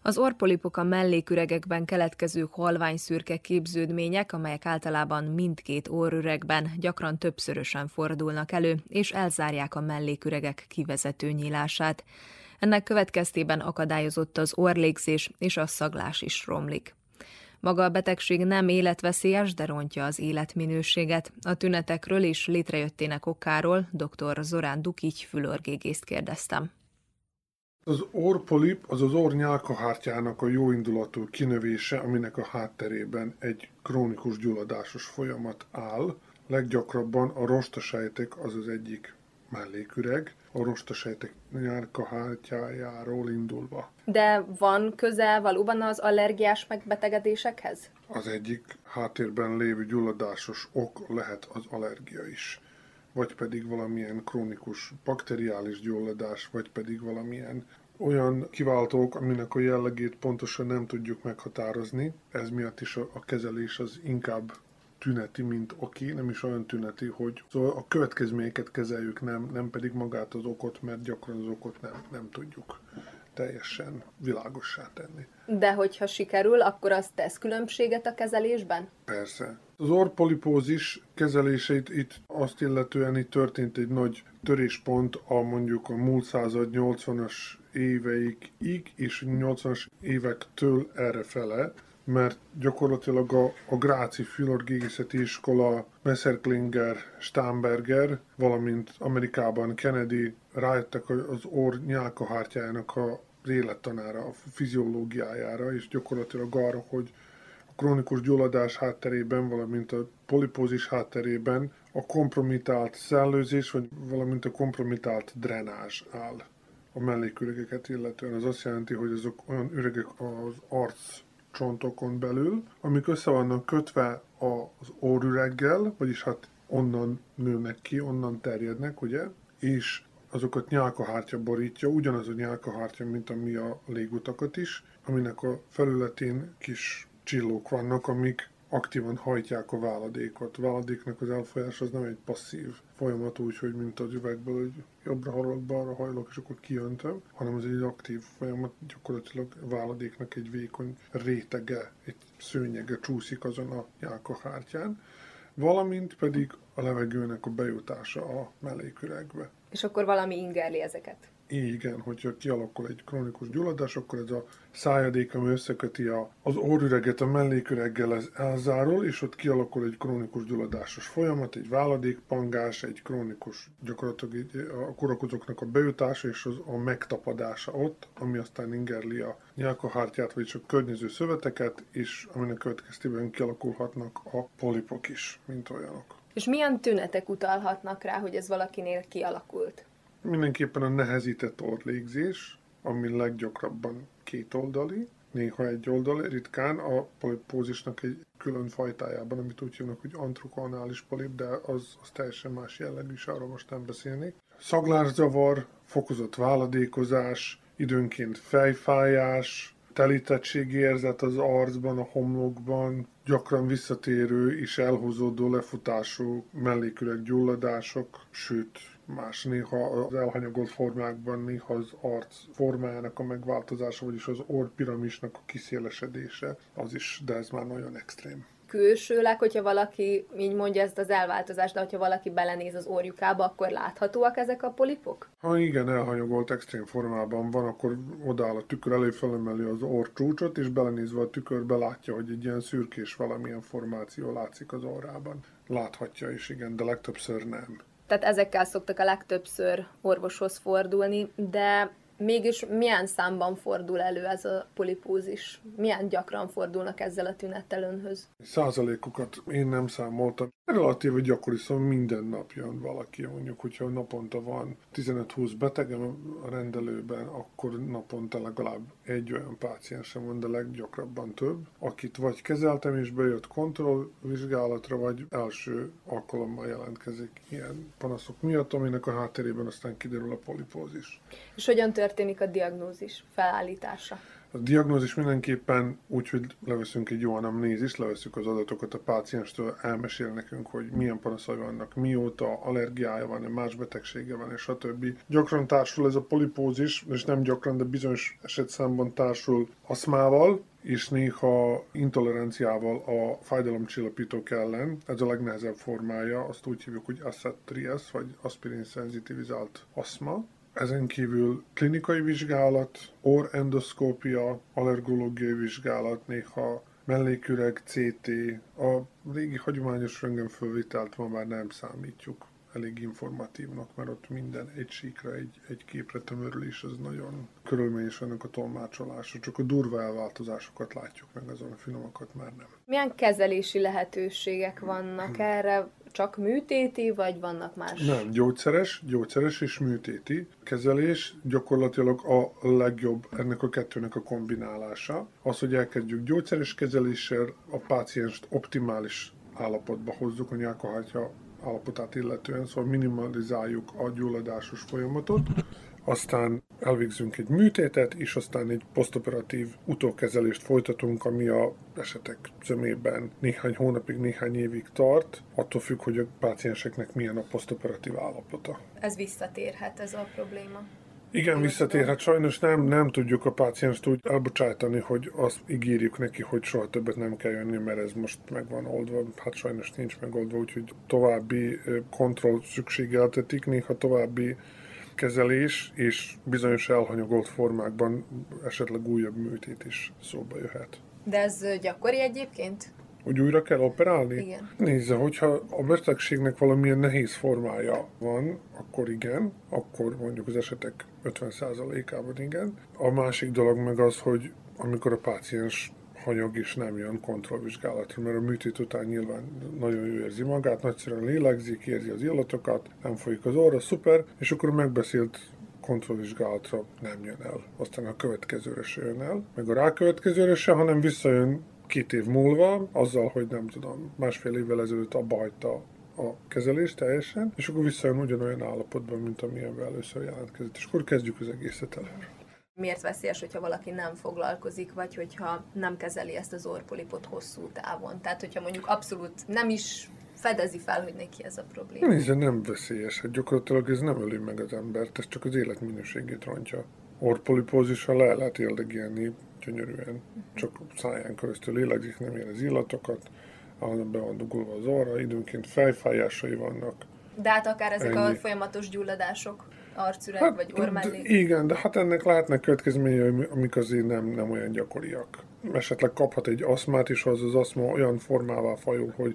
Az orrpolipok a melléküregekben keletkező halványszürke képződmények, amelyek általában mindkét orrüregben gyakran többszörösen fordulnak elő, és elzárják a melléküregek kivezető nyílását. Ennek következtében akadályozott az orrlégzés, és a szaglás is romlik. Maga a betegség nem életveszélyes, de rontja az életminőséget. A tünetekről és létrejöttének okáról dr. Zorán Dukics fülorgégészt kérdeztem. Az orrpolip az orr nyálkahártyának a jóindulatú kinövése, aminek a hátterében egy krónikus gyulladásos folyamat áll. Leggyakrabban a rostasejtek az az egyik melléküreg, a rostasejtek nyálkahártyájáról indulva. De van köze valóban az allergiás megbetegedésekhez? Az egyik háttérben lévő gyulladásos ok lehet az allergia is, vagy pedig valamilyen krónikus bakteriális gyulladás, vagy pedig valamilyen olyan kiváltók, aminek a jellegét pontosan nem tudjuk meghatározni. Ez miatt is a kezelés az inkább tüneti, mint oké, nem is olyan tüneti, hogy szóval a következményeket kezeljük, nem pedig magát az okot, mert gyakran az okot nem tudjuk teljesen világossá tenni. De hogyha sikerül, akkor az tesz különbséget a kezelésben? Persze. Az orrpolipózis kezeléseit itt azt illetően itt történt egy nagy töréspont mondjuk a múlt század 80-as éveig és 80-as évektől errefele, mert gyakorlatilag a gráci fülorgégészeti iskola Messerklinger, Starnberger, valamint Amerikában Kennedy rájöttek az orr nyálkahártyájának az élettanára, a fiziológiájára, és gyakorlatilag arra, hogy a krónikus gyulladás hátterében, valamint a polipózis hátterében a kompromitált szellőzés, valamint a kompromitált drenázs áll a melléküregeket illetően. Az azt jelenti, hogy azok olyan üregek az arc csontokon belül, amik össze vannak kötve az orrüreggel, vagyis hát onnan nőnek ki, onnan terjednek, ugye, és azokat nyálkahártya borítja, ugyanaz a nyálkahártya, mint ami a légutakat is, aminek a felületén kis csillók vannak, amik aktívan hajtják a váladékot. A váladéknak az elfolyás az nem egy passzív folyamat, úgyhogy mint az üvegből, hogy jobbra hajlok, balra hajlok, és akkor kijöntöm, hanem ez egy aktív folyamat, gyakorlatilag a váladéknak egy vékony rétege, egy szőnyege csúszik azon a nyálkahártyán, valamint pedig a levegőnek a bejutása a melléküregbe. És akkor valami ingerli ezeket? Igen, hogyha kialakul egy krónikus gyulladás, akkor ez a szájadék, ami összeköti az orrüreget a melléküreggel, ez elzárul, és ott kialakul egy krónikus gyulladásos folyamat, egy váladékpangás, egy krónikus gyakorlatilag a kórokozóknak a bejutása és a megtapadása ott, ami aztán ingerli a nyálkahártyát, vagyis a környező szöveteket, és aminek következtében kialakulhatnak a polipok is, mint olyanok. És milyen tünetek utalhatnak rá, hogy ez valakinél kialakult? Mindenképpen a nehezített orrlégzés, ami leggyakrabban kétoldali, néha egyoldali, ritkán a polipózisnak egy külön fajtájában, amit úgy hívnak, hogy antrokoanális polip, de az teljesen más jellegű, és arról most nem beszélnék. Szaglászavar, fokozott váladékozás, időnként fejfájás, telítettségi érzet az arcban, a homlokban, gyakran visszatérő és elhúzódó lefutású melléküreg gyulladások, sőt, más néha az elhanyagolt formákban, néha az arc formájának a megváltozása, vagyis az orrpiramisnak a kiszélesedése, az is, de ez már nagyon extrém. Külsőleg, hogyha valaki így mondja ezt az elváltozást, de hogyha valaki belenéz az orrjukába, akkor láthatóak ezek a polipok? Ha igen, elhanyagolt extrém formában van, akkor odaáll a tükör elé, felemeli az orrcsúcsot, és belenézve a tükörbe látja, hogy egy ilyen szürkés valamilyen formáció látszik az orrában. Láthatja is, igen, de legtöbbször nem. Tehát ezekkel szoktak a legtöbbször orvoshoz fordulni, de mégis milyen számban fordul elő ez a polipózis? Milyen gyakran fordulnak ezzel a tünettel önhöz? Százalékokat én nem számoltam. Relatíve gyakori, szóval minden nap jön valaki, mondjuk, hogyha naponta van 15-20 betegem a rendelőben, akkor naponta legalább egy olyan páciensem van, de leggyakrabban több, akit vagy kezeltem és bejött kontrollvizsgálatra, vagy első alkalommal jelentkezik ilyen panaszok miatt, aminek a hátterében aztán kiderül a polipózis. És hogyan történik a diagnózis felállítása? A diagnózis mindenképpen úgy, hogy leveszünk egy jó anamnézist, leveszünk az adatokat a pácienstől, elmesél nekünk, hogy milyen panaszai vannak, mióta, allergiája van, más betegsége van, és stb. Gyakran társul ez a polipózis, és nem gyakran, de bizonyos esetszámban társul aszmával, és néha intoleranciával a fájdalomcsillapítók ellen. Ez a legnehezebb formája, azt úgy hívjuk, hogy ASAT-TRIAS, vagy aspirin szenzitivizált aszma. Ezen kívül klinikai vizsgálat, orrendoszkópia, allergológiai vizsgálat, néha melléküreg, CT, a régi hagyományos röntgenfölvételt ma már nem számítjuk elég informatívnak, mert ott minden egy síkra, egy képre tömörülés, az nagyon körülményes ennek a tolmácsolása. Csak a durva elváltozásokat látjuk meg, azon a finomakat már nem. Milyen kezelési lehetőségek vannak erre? Csak műtéti, vagy vannak más? Nem, gyógyszeres és műtéti kezelés gyakorlatilag a legjobb ennek a kettőnek a kombinálása. Az, hogy elkezdjük gyógyszeres kezeléssel, a pácienst optimális állapotba hozzuk a nyálkahártya állapotát illetően, szóval minimalizáljuk a gyulladásos folyamatot, aztán elvégzünk egy műtétet, és aztán egy posztoperatív utókezelést folytatunk, ami a esetek zömében néhány hónapig, néhány évig tart, attól függ, hogy a pácienseknek milyen a posztoperatív állapota. Ez visszatérhet, ez a probléma? Igen, visszatérhet. Sajnos nem tudjuk a pácienst úgy elbocsájtani, hogy azt ígérjük neki, hogy soha többet nem kell jönni, mert ez most meg van oldva. Hát sajnos nincs megoldva, úgyhogy további kontroll szükségeltetik, néha további kezelés, és bizonyos elhanyagolt formákban esetleg újabb műtét is szóba jöhet. De ez gyakori egyébként? Hogy újra kell operálni? Igen. Nézze, hogyha a betegségnek valamilyen nehéz formája van, akkor igen, akkor mondjuk az esetek 50%-ában igen. A másik dolog meg az, hogy amikor a páciens hanyag is nem jön kontrollvizsgálatra, mert a műtét után nyilván nagyon jól érzi magát, nagyszerűen lélegzik, érzi az illatokat, nem folyik az orra, szuper, és akkor a megbeszélt kontrollvizsgálatra nem jön el. Aztán a következőre se jön el, meg a rákövetkezőre se, hanem visszajön 2 év múlva, azzal, hogy nem tudom, másfél évvel ezelőtt abba hagyta a kezelést teljesen, és akkor visszajön ugyanolyan állapotban, mint amilyenben először jelentkezett, és akkor kezdjük az egészet előre. Miért veszélyes, hogyha valaki nem foglalkozik, vagy hogyha nem kezeli ezt az orrpolipot hosszú távon? Tehát, hogyha mondjuk abszolút nem is fedezi fel, hogy neki ez a probléma. Nézze, nem veszélyes. Hát gyakorlatilag ez nem öli meg az embert, ez csak az életminőségét rontja. Orrpolipózissal le lehet éldegélni gyönyörűen, csak száján keresztül lélegzik, nem ér az illatokat, állandóan be van dugulva az orra, időnként fejfájásai vannak. De hát akár ezek a folyamatos gyulladások, arcüreg vagy orrmellék. Igen, de hát ennek lehetnek következményei, amik azért nem olyan gyakoriak. Esetleg kaphat egy aszmát is, az aszma olyan formává fajul, hogy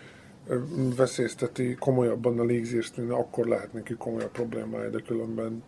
veszélyezteti komolyabban a légzést, mint akkor lehet neki komolyabb problémája, de különben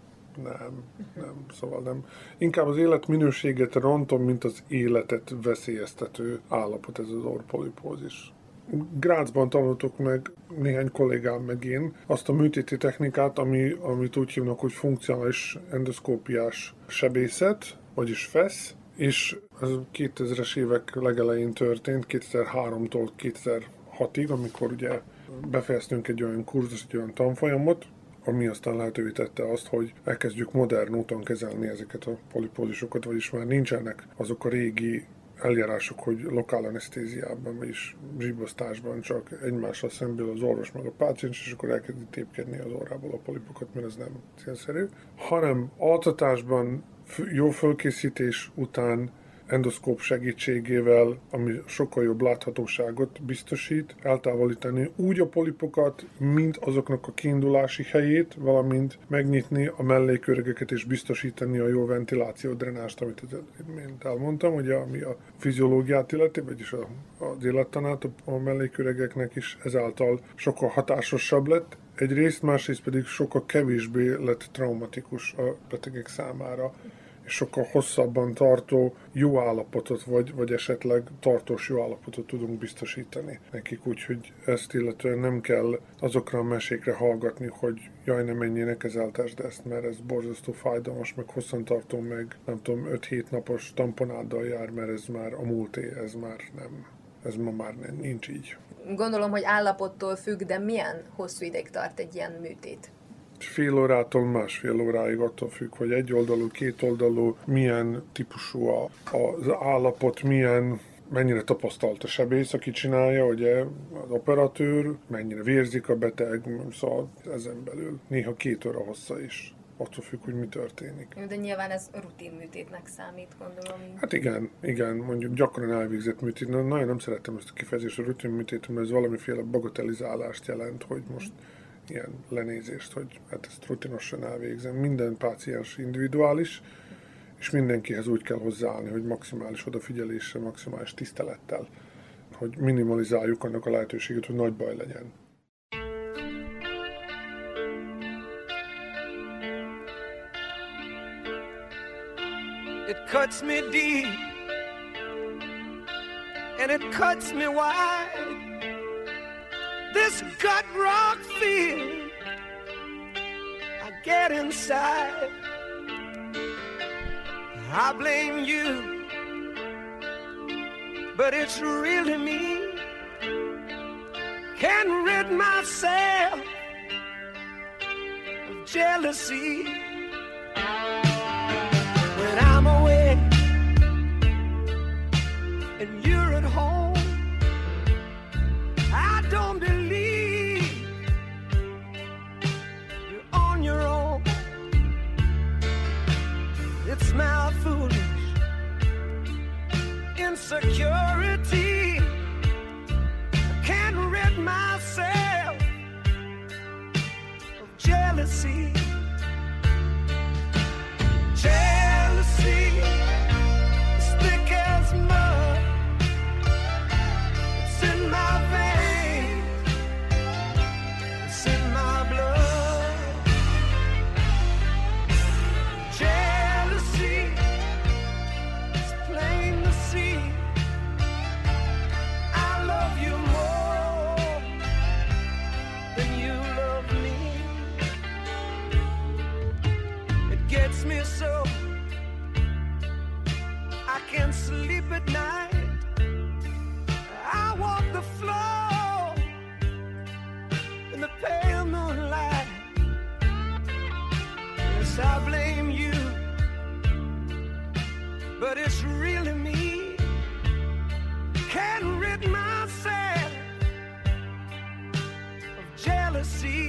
nem, szóval nem. Inkább az életminőséget rontom, mint az életet veszélyeztető állapot ez az orrpolipózis. Grazban tanultuk meg néhány kollégám meg én azt a műtéti technikát, amit úgy hívnak, hogy funkcionális endoszkópiás sebészet, vagyis FESZ, és ez 2000-es évek legelején történt, 2003-tól 2006-ig, amikor ugye befejeztünk egy olyan kurzus, egy olyan tanfolyamot, ami aztán lehetővé tette azt, hogy elkezdjük modern úton kezelni ezeket a polipózisokat, vagyis már nincsenek azok a régi eljárások, hogy lokál anesztéziában, vagyis zsíbosztásban csak egymással szemben az orvos meg a páciens, és akkor elkezdi tépkedni az orrából a polipokat, mert ez nem célszerű, hanem altatásban, jó fölkészítés után endoszkóp segítségével, ami sokkal jobb láthatóságot biztosít, eltávolítani úgy a polipokat, mint azoknak a kiindulási helyét, valamint megnyitni a melléküregeket és biztosítani a jó ventiláció, drénást, amit mint elmondtam, ugye, ami a fiziológiát illeti, vagyis az élettanát a melléküregeknek is ezáltal sokkal hatásosabb lett. Egyrészt, másrészt pedig sokkal kevésbé lett traumatikus a betegek számára, és sokkal hosszabban tartó jó állapotot, vagy esetleg tartós jó állapotot tudunk biztosítani nekik, úgyhogy ezt illetően nem kell azokra a mesékre hallgatni, hogy jaj, ne menjenek, eltesd ezt, mert ez borzasztó fájdalmas, meg hosszantartó, meg nem tudom, 5-7 napos tamponáddal jár, mert ez már a múlté, ez már nem. Ez ma már nincs így. Gondolom, hogy állapottól függ, de milyen hosszú ideig tart egy ilyen műtét? fél órától másfél óráig, attól függ, hogy egyoldalú, kétoldalú, milyen típusú az állapot, mennyire tapasztalt a sebész, aki csinálja, ugye az operatőr, mennyire vérzik a beteg, szóval ezen belül néha 2 óra hossza is. Attól függ, hogy mi történik. De nyilván ez rutinműtétnek számít, gondolom. Hát igen, mondjuk gyakran elvégzett műtét. Nagyon nem szerettem ezt a kifejezést, a rutinműtét, mert ez valamiféle bagatelizálást jelent, hogy most ilyen lenézést, hogy hát ezt rutinosan elvégzem. Minden páciens individuális, és mindenkihez úgy kell hozzáállni, hogy maximális odafigyeléssel, maximális tisztelettel, hogy minimalizáljuk annak a lehetőséget, hogy nagy baj legyen. It cuts me deep, and it cuts me wide. This gut rock feeling I get inside. I blame you, but it's really me. Can't rid myself of jealousy. When I'm away and you're at home, I don't believe you're on your own. It's my foolish insecurity. I can't rid myself of jealousy. Jealousy is thick as mud. It's in my veins. It's in my blood. Jealousy is plain to see. I love you more than you love me. It gets me so I can't sleep at night. I walk the floor in the pale moonlight. Yes, I blame you, but it's really me. Can't rid myself of jealousy.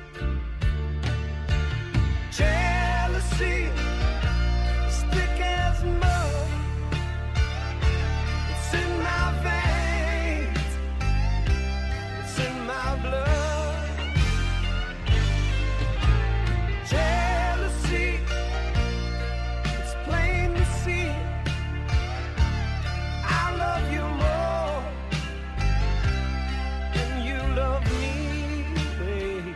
Jealousy is thick as mud. It's in my veins. It's in my blood. Jealousy, it's plain to see. I love you more than you love me, babe.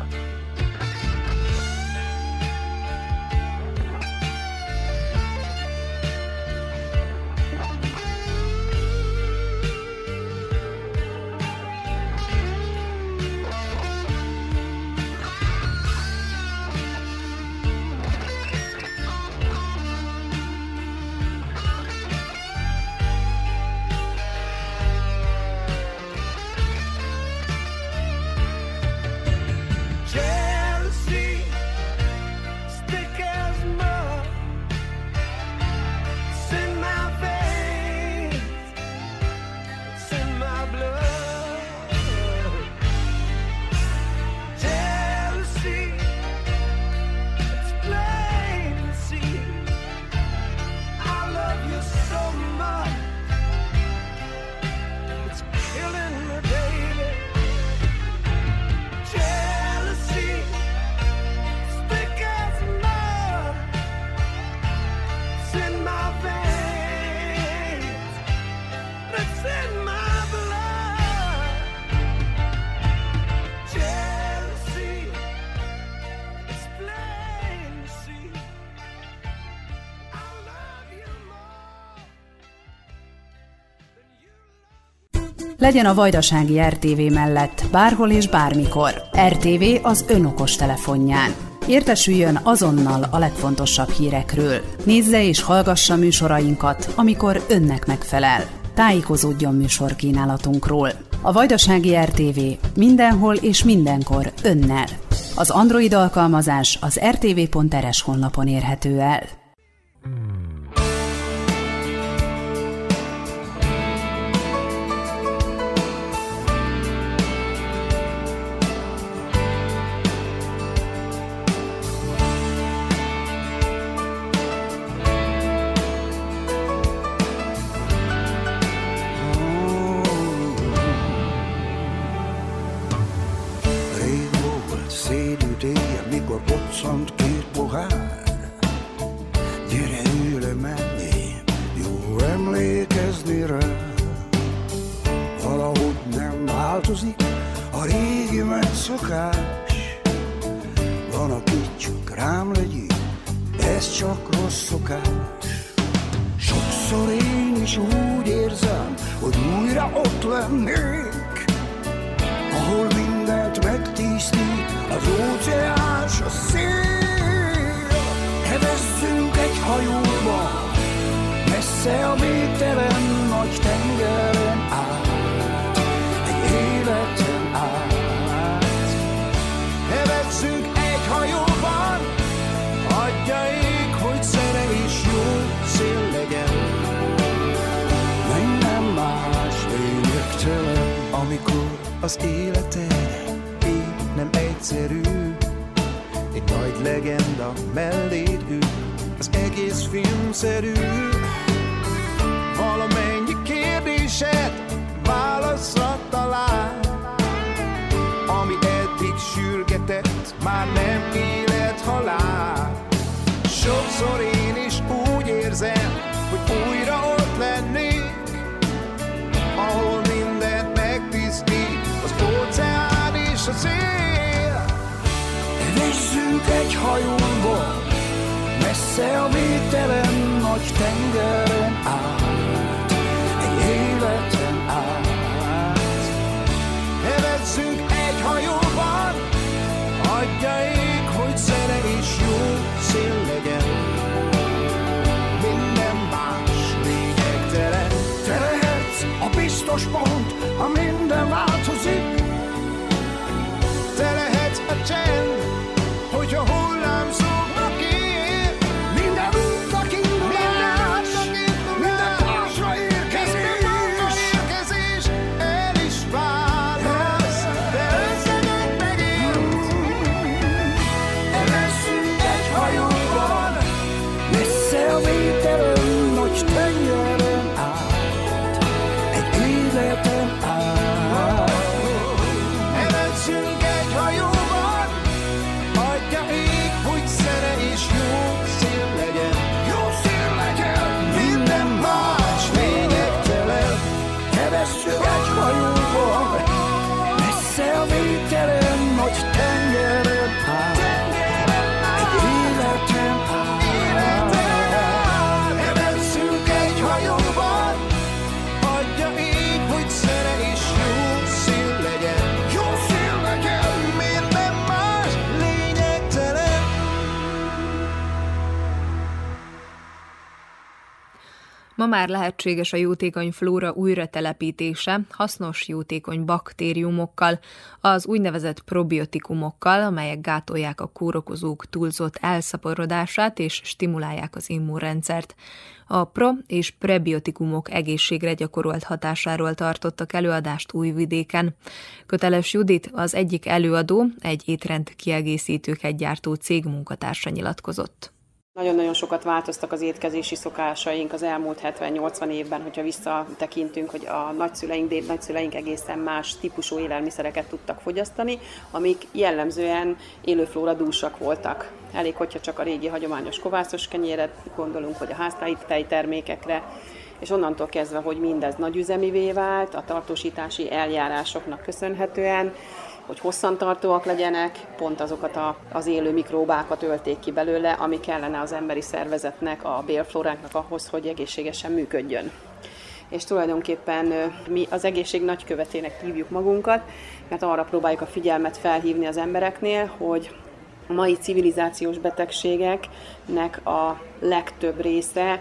Jealousy is thick as mud. It's in my veins. It's in my blood. Jealousy, it's plain to see. I love you so much. It's killing me, baby. Jealousy, it's thick as mud. It's in my veins. It's in my blood. Jealousy, it's plain to see. I love you more than you love. Legyen a Vajdasági RTV mellett bárhol és bármikor. RTV az ön okos telefonján. Értesüljön azonnal a legfontosabb hírekről. Nézze és hallgassa műsorainkat, amikor önnek megfelel. Tájékozódjon műsorkínálatunkról. A Vajdasági RTV mindenhol és mindenkor önnel. Az Android alkalmazás az rtv.rs honlapon érhető el. Mikor poccant két pohár, gyere ülj le mellém, jó emlékezni rá. Valahogy nem változik a régi megszokás, van, aki csak rám legyik, ez csak rossz szokás. Sokszor én is úgy érzem, hogy újra ott lennék, ahol mindent megtisztít az óceán s a szél. Hevezzünk egy hajóba, messze a végtelen nagy tengeren át, egy életen át. Hevezzünk egy hajóban, adja ég, hogy szere és jó szél legyen. Minden más lényegtelen, amikor az életed nem egyszerű, egy nagy legenda melléd ül, az egész filmszerű. Valamennyi kérdésed válaszra talál, ami eddig sürgetett, már nem élet-halál. Sokszor én is úgy érzem, hogy újra ott lennék, ahol mindent megtisztít az óceán és a szél. Nézzünk egy hajóba, messze a végtelen nagy tengeren át, egy életen át. Hevezzünk egy hajóban, adja ég, hogy szere és jó szél legyen. Minden más lényegtelen. Te lehetsz a biztos pont, ha minden változik. Te lehetsz a csend, hogyha hullámzóknak ér. Minden útnak indulás, minden másra érkezés, el is válasz, de összejön megint. Elveszünk egy hajóban, messze a végtelen nagy tengeren át, egy életen át. Elveszünk egy hajóban, adja ég, hogy szere és jó szél legyen. Jó szél legyen, minden más lényegtelen. Elveszünk egy hajóban, messze a végtelen nagy tengeren át, egy életen át. Elveszünk egy hajóban, adja ég, hogy szere és jó szél legyen. Jó szél legyen, minden más lényegtelen. Ma már lehetséges a jótékony flóra újratelepítése hasznos jótékony baktériumokkal, az úgynevezett probiotikumokkal, amelyek gátolják a kórokozók túlzott elszaporodását és stimulálják az immunrendszert. A pro- és prebiotikumok egészségre gyakorolt hatásáról tartottak előadást Újvidéken. Köteles Judit, az egyik előadó, egy étrend kiegészítőket gyártó cég munkatársa nyilatkozott. Nagyon-nagyon sokat változtak az étkezési szokásaink az elmúlt 70-80 évben, hogyha visszatekintünk, hogy a nagyszüleink, dédnagyszüleink egészen más típusú élelmiszereket tudtak fogyasztani, amik jellemzően élőflóra dúsak voltak. Elég, hogyha csak a régi hagyományos kovászos kenyéret gondolunk, vagy a háztáji tejtermékekre, és onnantól kezdve, hogy mindez nagyüzemivé vált, a tartósítási eljárásoknak köszönhetően, hogy hosszantartóak legyenek, pont azokat az élő mikróbákat ölték ki belőle, ami kellene az emberi szervezetnek, a bélflóránknak ahhoz, hogy egészségesen működjön. És tulajdonképpen mi az egészség nagykövetének hívjuk magunkat, mert arra próbáljuk a figyelmet felhívni az embereknél, hogy a mai civilizációs betegségeknek a legtöbb része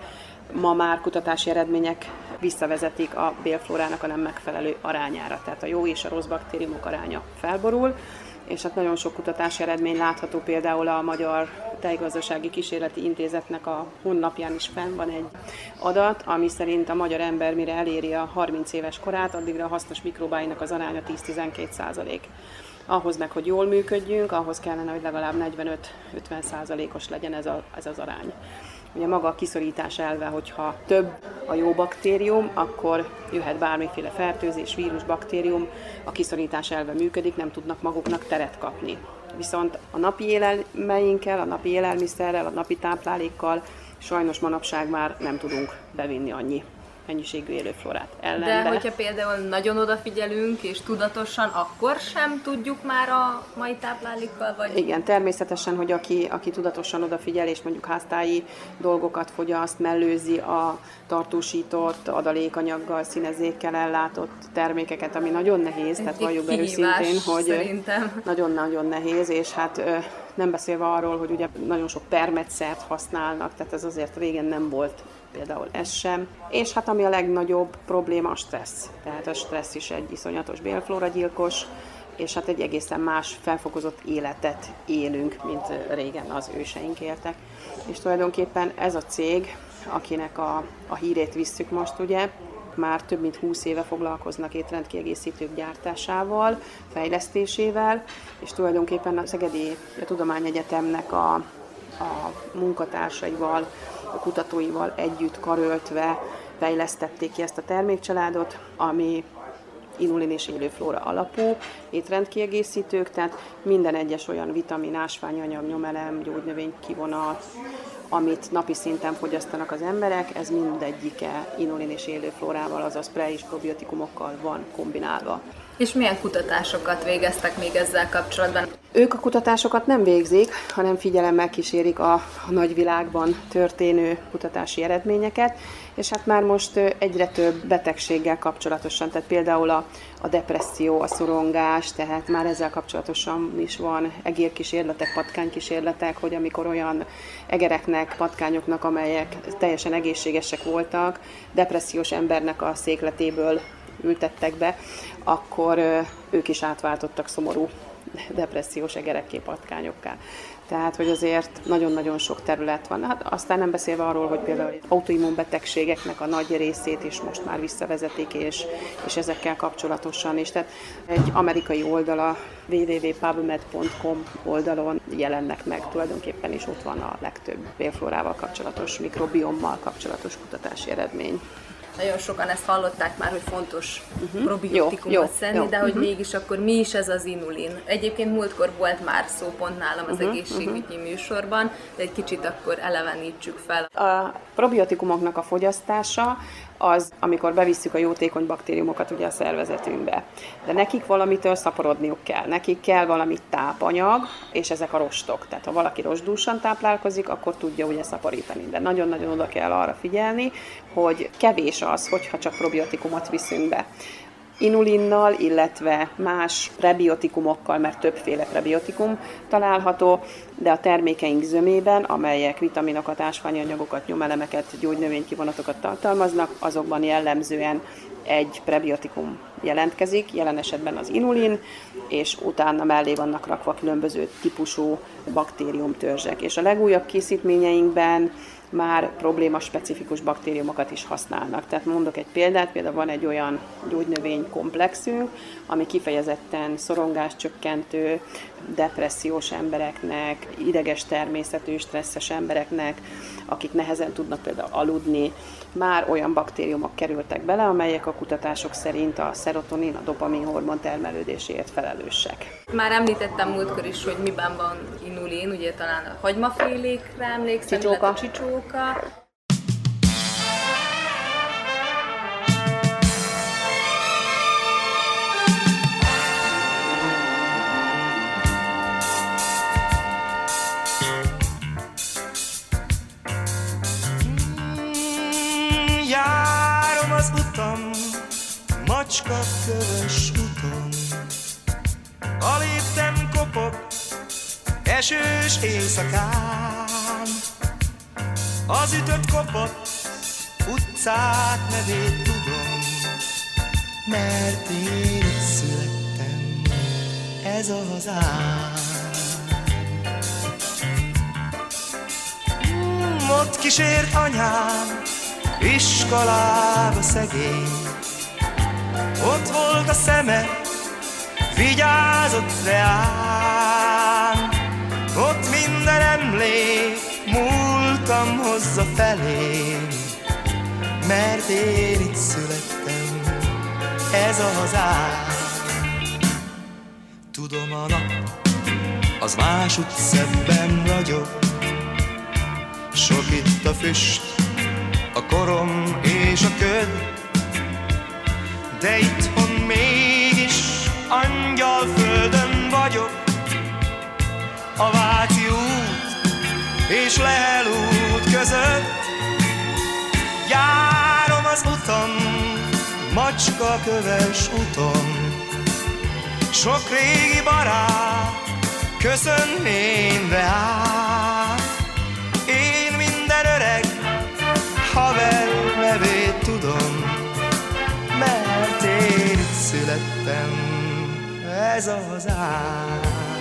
ma már kutatási eredmények visszavezetik a bélflórának a nem megfelelő arányára. Tehát a jó és a rossz baktériumok aránya felborul, és hát nagyon sok kutatási eredmény látható, például a Magyar Tejgazdasági Kísérleti Intézetnek a honlapján is fenn van egy adat, ami szerint a magyar ember mire eléri a 30 éves korát, addigra a hasznos mikrobáinak az aránya 10-12%. Ahhoz meg, hogy jól működjünk, ahhoz kellene, hogy legalább 45-50%-os legyen ez az arány. Ugye maga a kiszorítás elve, hogyha több a jó baktérium, akkor jöhet bármiféle fertőzés, vírus, baktérium, a kiszorítás elve működik, nem tudnak maguknak teret kapni. Viszont a napi élelmeinkkel, a napi élelmiszerrel, a napi táplálékkal sajnos manapság már nem tudunk bevinni annyi mennyiségű élőflórát ellenbe. De hogyha például nagyon odafigyelünk, és tudatosan, akkor sem tudjuk már a mai táplálékkal? Vagy... Igen, természetesen, hogy aki tudatosan odafigyel, és mondjuk háztáji dolgokat fogyaszt, mellőzi a tartósított, adalékanyaggal, színezékkel ellátott termékeket, ami nagyon nehéz, tehát valljuk be őszintén, hogy nagyon-nagyon nehéz, és hát nem beszélve arról, hogy ugye nagyon sok permetszert használnak, tehát ez azért régen nem volt például ez sem. És hát ami a legnagyobb probléma, a stressz. Tehát a stressz is egy iszonyatos bélflóragyilkos, és hát egy egészen más felfokozott életet élünk, mint régen az őseink éltek. És tulajdonképpen ez a cég, akinek a hírét visszük most ugye, már több mint 20 éve foglalkoznak étrendkiegészítők gyártásával, fejlesztésével, és tulajdonképpen a Szegedi Tudományegyetemnek a munkatársaival, a kutatóival együtt karöltve fejlesztették ki ezt a termékcsaládot, ami inulin és élőflóra alapú étrendkiegészítők, tehát minden egyes olyan vitamin, ásványanyag, nyomelem, gyógynövény kivonat, amit napi szinten fogyasztanak az emberek, ez mindegyike inulin és élőflórával, azaz pre- és probiotikumokkal van kombinálva. És milyen kutatásokat végeztek még ezzel kapcsolatban? Ők a kutatásokat nem végzik, hanem figyelemmel kísérik a nagyvilágban történő kutatási eredményeket, és hát már most egyre több betegséggel kapcsolatosan, tehát például a depresszió, a szorongás, tehát már ezzel kapcsolatosan is van egérkísérletek, patkánykísérletek, hogy amikor olyan egereknek, patkányoknak, amelyek teljesen egészségesek voltak, depressziós embernek a székletéből ültettek be, akkor ők is átváltottak szomorú depressziós egerekké, patkányokká. Tehát, hogy azért nagyon-nagyon sok terület van. Hát aztán nem beszélve arról, hogy például autoimmunbetegségeknek a nagy részét is most már visszavezetik, és ezekkel kapcsolatosan is. Tehát egy amerikai oldala, www.pubmed.com oldalon jelennek meg tulajdonképpen, és ott van a legtöbb bélflórával kapcsolatos, mikrobiommal kapcsolatos kutatási eredmény. Nagyon sokan ezt hallották már, hogy fontos probiotikumot szedni, de hogy mégis akkor mi is ez az inulin? Egyébként múltkor volt már szó pont nálam az egészségügyi műsorban, de egy kicsit akkor elevenítsük fel. A probiotikumoknak a fogyasztása az, amikor bevisszük a jótékony baktériumokat ugye a szervezetünkbe. De nekik valamitől szaporodniuk kell. Nekik kell valami tápanyag, és ezek a rostok. Tehát ha valaki rostdúsan táplálkozik, akkor tudja ugye szaporítani. De nagyon-nagyon oda kell arra figyelni, hogy kevés az, hogyha csak probiotikumot viszünk be. Inulinnal, illetve más prebiotikumokkal, mert többféle prebiotikum található, de a termékeink zömében, amelyek vitaminokat, ásványanyagokat, nyomelemeket, gyógynövénykivonatokat tartalmaznak, azokban jellemzően egy prebiotikum jelentkezik, jelen esetben az inulin, és utána mellé vannak rakva különböző típusú baktériumtörzsek. És a legújabb készítményeinkben már problémaspecifikus baktériumokat is használnak. Tehát mondok egy példát, például van egy olyan gyógynövénykomplexünk, ami kifejezetten szorongáscsökkentő, depressziós embereknek, ideges természetű, stresszes embereknek, akik nehezen tudnak például aludni, már olyan baktériumok kerültek bele, amelyek a kutatások szerint a szerotonin, a dopamin hormon termelődéséért felelősek. Már említettem múltkor is, hogy miben van inulin, ugye talán a hagymafélékre emlékszem, illetve a csicsóka. Járom az utam, macska kövös uton, a lépten kopog, esős éjszakán. Az ütött kopott utcák nevét tudom, mert én itt születtem, ez a hazám. Ott kísért anyám iskolába szegény, ott volt a szeme, vigyázott reám. Ott minden emlék múltam hozza felém, mert én itt születtem, ez a hazám. Tudom, a nap az máshogy szebben ragyog, sok itt a füst, a korom és a köd, de itthon mégis angyalföldön vagyok. A Váci út és Lehel út között járom az utam, macskaköves uton. Sok régi barát köszönnémre áll, én minden öreg haver nevét tudom, mert én itt születtem, ez a hazám.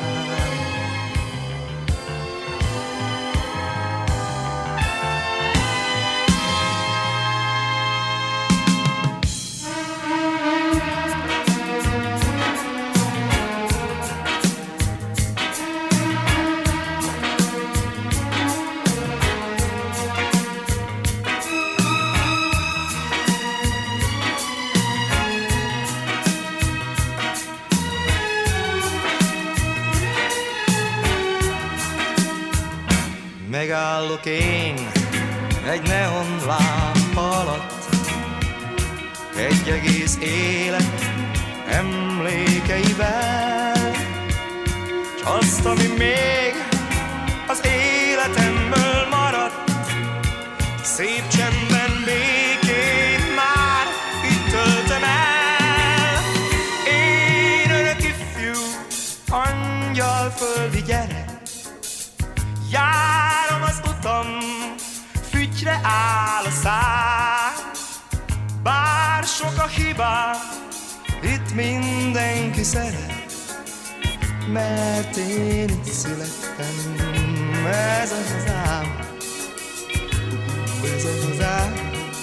Megállok én egy neonlámpa alatt, egy egész élet emlékeivel, s azt, ami még az életemből maradt, szép csendben békét már itt töltöm el. Én örök ifjú, angyalföldi gyerek, járom az utam, fügyre áll a szám. Bár sok a hibám, itt mindenki szeret, mert én itt születtem, ez a hazám. Ez a hazám,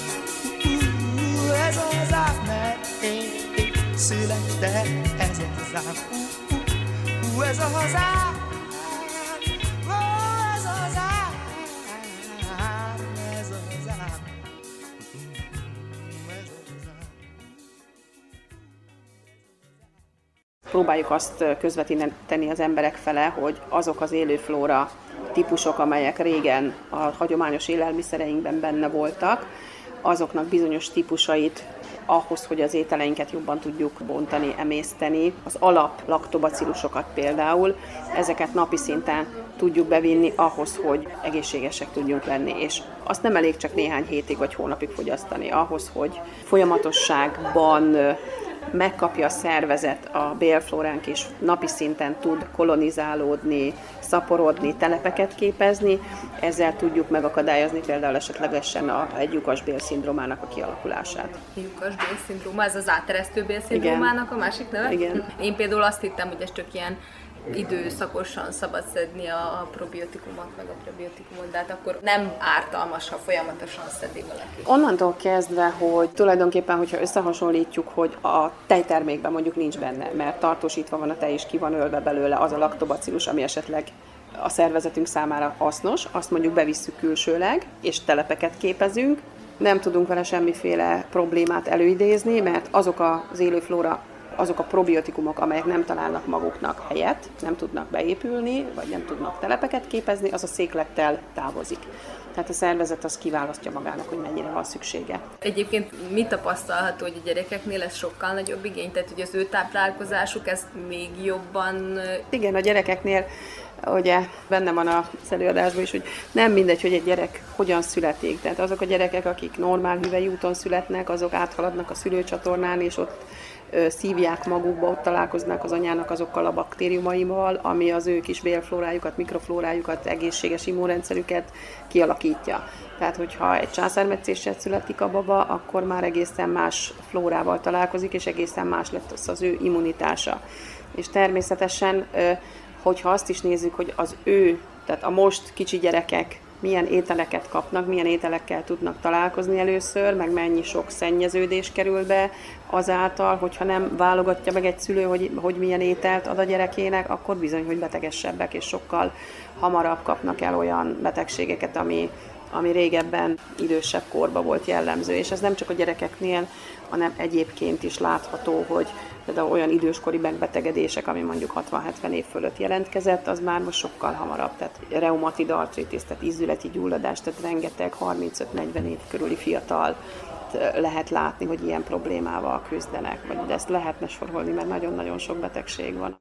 ez a hazám, mert én itt születtem, ez a hazám. Ez a hazám. Próbáljuk azt közvetíteni az emberek fele, hogy azok az élőflóra típusok, amelyek régen a hagyományos élelmiszereinkben benne voltak, azoknak bizonyos típusait ahhoz, hogy az ételeinket jobban tudjuk bontani, emészteni, az alap laktobacillusokat például, ezeket napi szinten tudjuk bevinni ahhoz, hogy egészségesek tudjunk lenni, és azt nem elég csak néhány hétig vagy hónapig fogyasztani, ahhoz, hogy folyamatosságban megkapja a szervezet a bélflóránk, és napi szinten tud kolonizálódni, szaporodni, telepeket képezni, ezzel tudjuk megakadályozni például esetlegesen egy lyukasbél-szindrómának a kialakulását. Lyukasbél-szindróma, ez az áteresztő bélszindrómának a másik neve? Igen. Én például azt hittem, hogy ez csak ilyen időszakosan szabad szedni a probiotikumot, meg a prebiotikumot, de hát akkor nem ártalmas, ha folyamatosan szedi valaki. Onnantól kezdve, hogy tulajdonképpen, hogyha összehasonlítjuk, hogy a tejtermékben mondjuk nincs benne, mert tartósítva van a tej, és ki van ölve belőle az a laktobacillus, ami esetleg a szervezetünk számára hasznos, azt mondjuk bevisszük külsőleg, és telepeket képezünk, nem tudunk vele semmiféle problémát előidézni, mert azok az élőflóra, azok a probiotikumok, amelyek nem találnak maguknak helyet, nem tudnak beépülni, vagy nem tudnak telepeket képezni, az a széklettel távozik. Tehát a szervezet az kiválasztja magának, hogy mennyire van szüksége. Egyébként mi tapasztalható, hogy a gyerekeknél ez sokkal nagyobb igény? Tehát, hogy az ő táplálkozásuk ez még jobban... Igen, a gyerekeknél Ugye benne van az előadásban is, hogy nem mindegy, hogy egy gyerek hogyan születik. Tehát azok a gyerekek, akik normál hüvely úton születnek, azok áthaladnak a szülőcsatornán, és ott szívják magukba, ott találkoznak az anyának azokkal a baktériumaival, ami az ő kis bélflórájukat, mikroflórájukat, egészséges immunrendszerüket kialakítja. Tehát, hogyha egy császármetszéssel születik a baba, akkor már egészen más flórával találkozik, és egészen más lett az ő immunitása. És természetesen, hogyha azt is nézzük, hogy tehát a most kicsi gyerekek milyen ételeket kapnak, milyen ételekkel tudnak találkozni először, meg mennyi sok szennyeződés kerül be azáltal, hogyha nem válogatja meg egy szülő, hogy milyen ételt ad a gyerekének, akkor bizony, hogy betegesebbek, és sokkal hamarabb kapnak el olyan betegségeket, ami régebben idősebb korban volt jellemző. És ez nem csak a gyerekeknél, hanem egyébként is látható, hogy például olyan időskori megbetegedések, ami mondjuk 60-70 év fölött jelentkezett, az már most sokkal hamarabb. Tehát reumatid artritis, tehát ízületi gyulladás, tehát rengeteg 35-40 év körüli fiatal lehet látni, hogy ilyen problémával küzdenek. De ezt lehetne sorolni, mert nagyon-nagyon sok betegség van.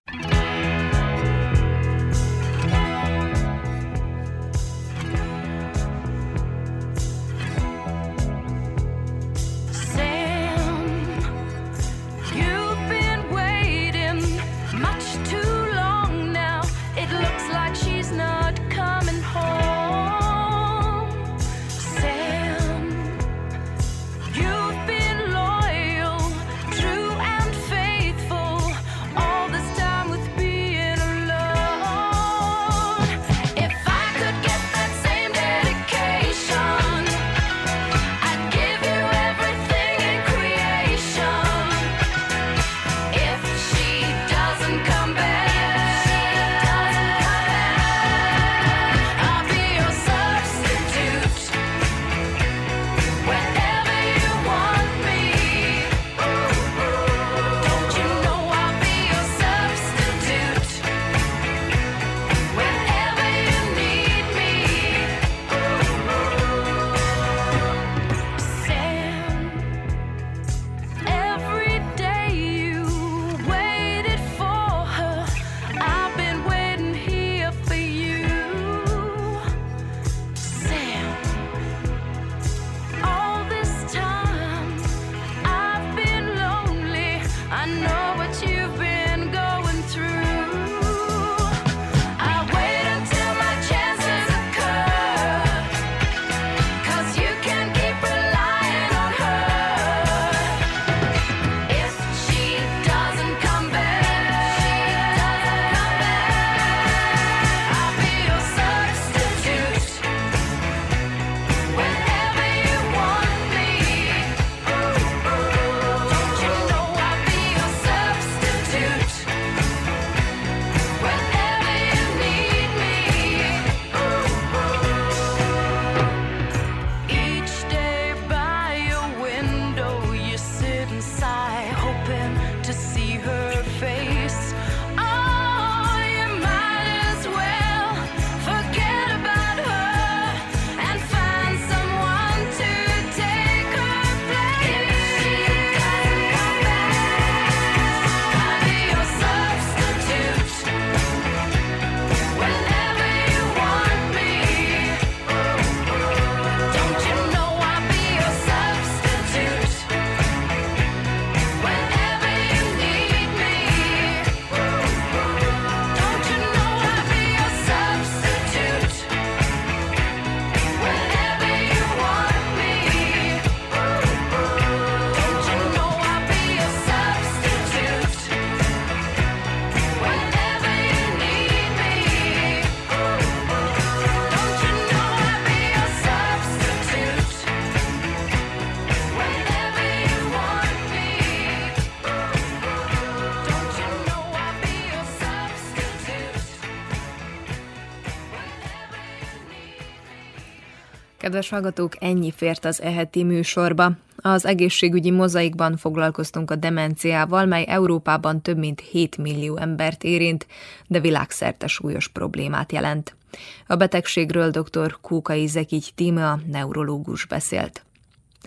Kedves hallgatók, ennyi fért az e-heti műsorba. Az egészségügyi mozaikban foglalkoztunk a demenciával, mely Európában több mint 7 millió embert érint, de világszerte súlyos problémát jelent. A betegségről dr. Kókai Zekigy Tíme, a neurológus beszélt.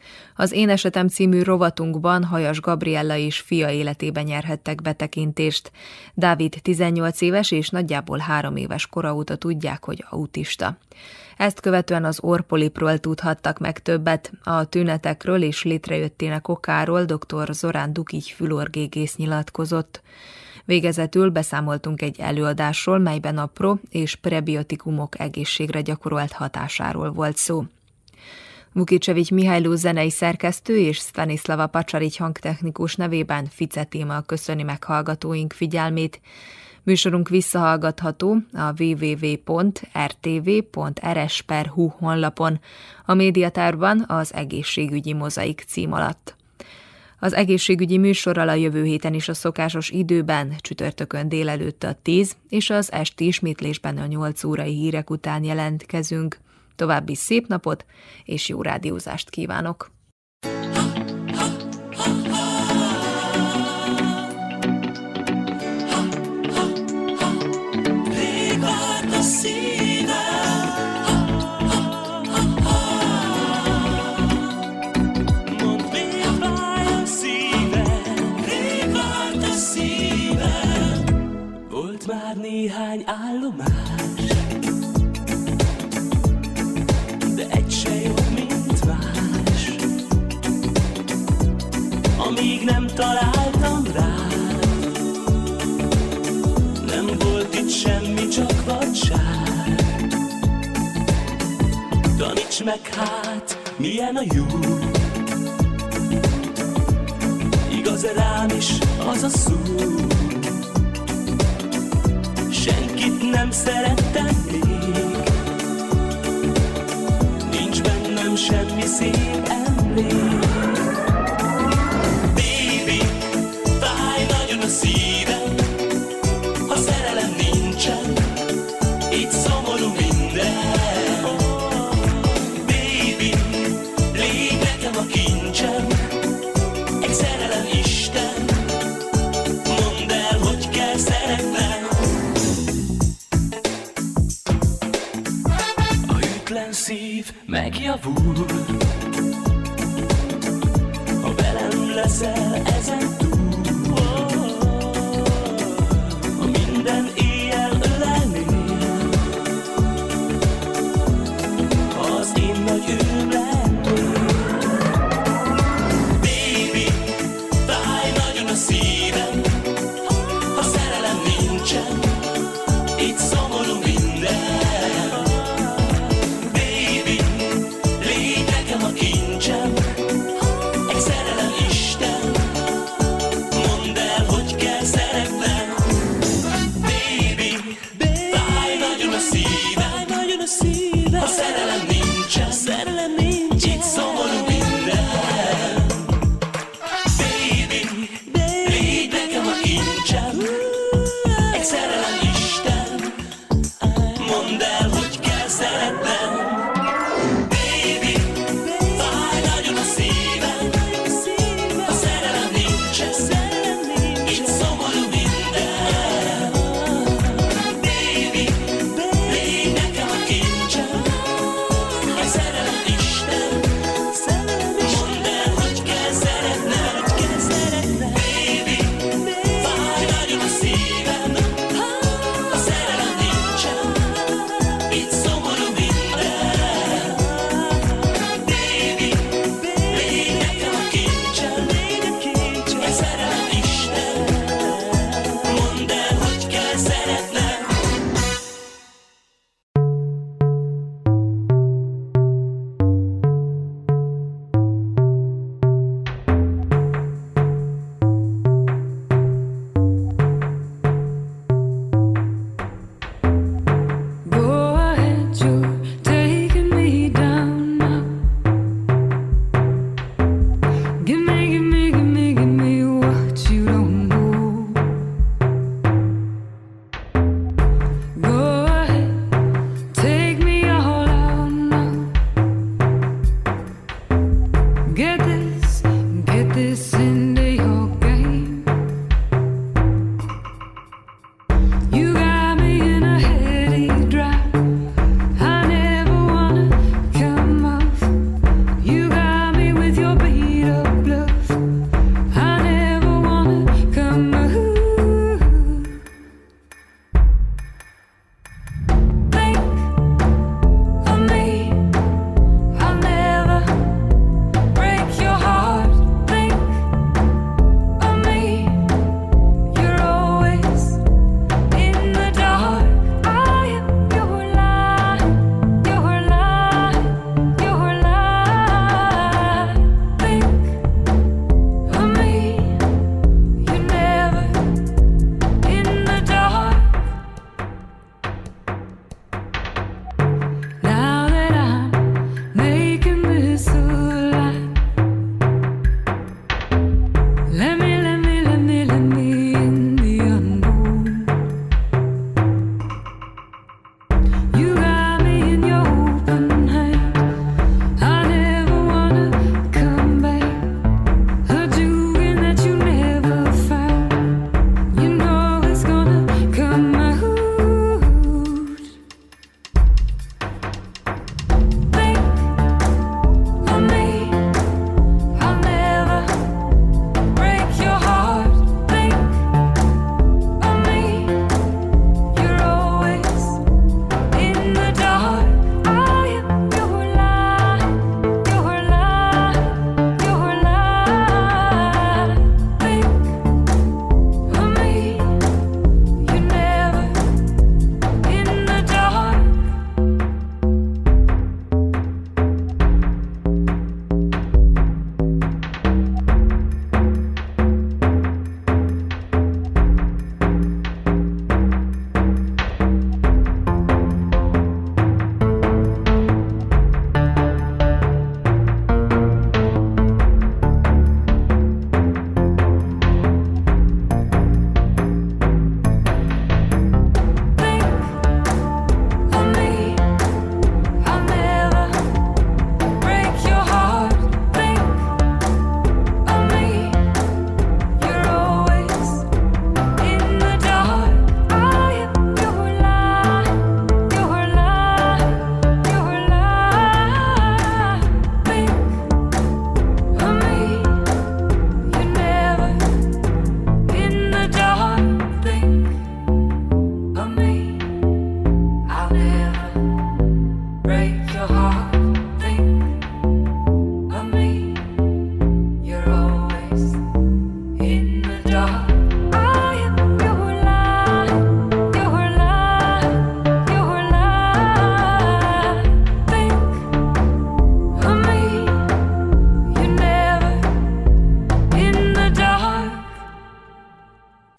Az Én esetem című rovatunkban Hajas Gabriella és fia életében nyerhettek betekintést. Dávid 18 éves és nagyjából 3 éves kora óta tudják, hogy autista. Ezt követően az orrpolipról tudhattak meg többet, a tünetekről és létrejöttének okáról dr. Zorán Dukigy fülorgégész nyilatkozott. Végezetül beszámoltunk egy előadásról, melyben a pro- és prebiotikumok egészségre gyakorolt hatásáról volt szó. Vukicevics Mihályló zenei szerkesztő és Stanislava Pacsarics hangtechnikus nevében Fice Téma köszöni meg hallgatóink figyelmét. Műsorunk visszahallgatható a www.rtv.rs.hu honlapon, a médiatárban az Egészségügyi Mozaik cím alatt. Az egészségügyi műsorral a jövő héten is a szokásos időben, csütörtökön délelőtt a 10 és az esti ismétlésben a 8 órai hírek után jelentkezünk. További szép napot és jó rádiózást kívánok! Már néhány állomás, de egy se jobb, mint más. Amíg nem találtam rád, nem volt itt semmi, csak vadság. Taníts meg hát, milyen a jó, igaz-e rám is az a szó. Senkit nem szerettem még, nincs bennem semmi szép emlék. Baby, fáj nagyon a szívem, ha szerelem nincsen, itt szomorú minden. Baby, légy nekem a kincsem, egy szerelem Isten, mondd el, hogy kell szeretnem. Szív megjavul, ha velem leszel ezen túl. Ha minden éjjel ölelnél, ha az én nagy őm lennél. Baby, fáj nagyon a szívem, ha szerelem nincsen, itt szomorú minden. Légy nekem a kincsem, egy szerelem Isten,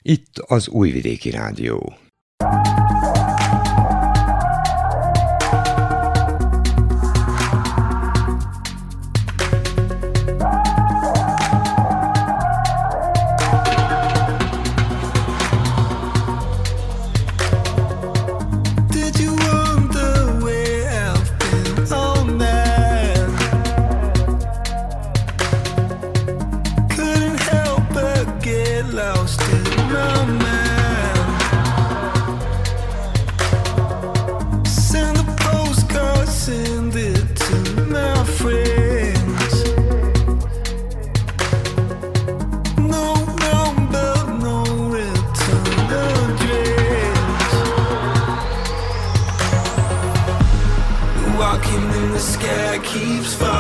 Itt az Újvidéki Rádió. Walking in the sky keeps falling.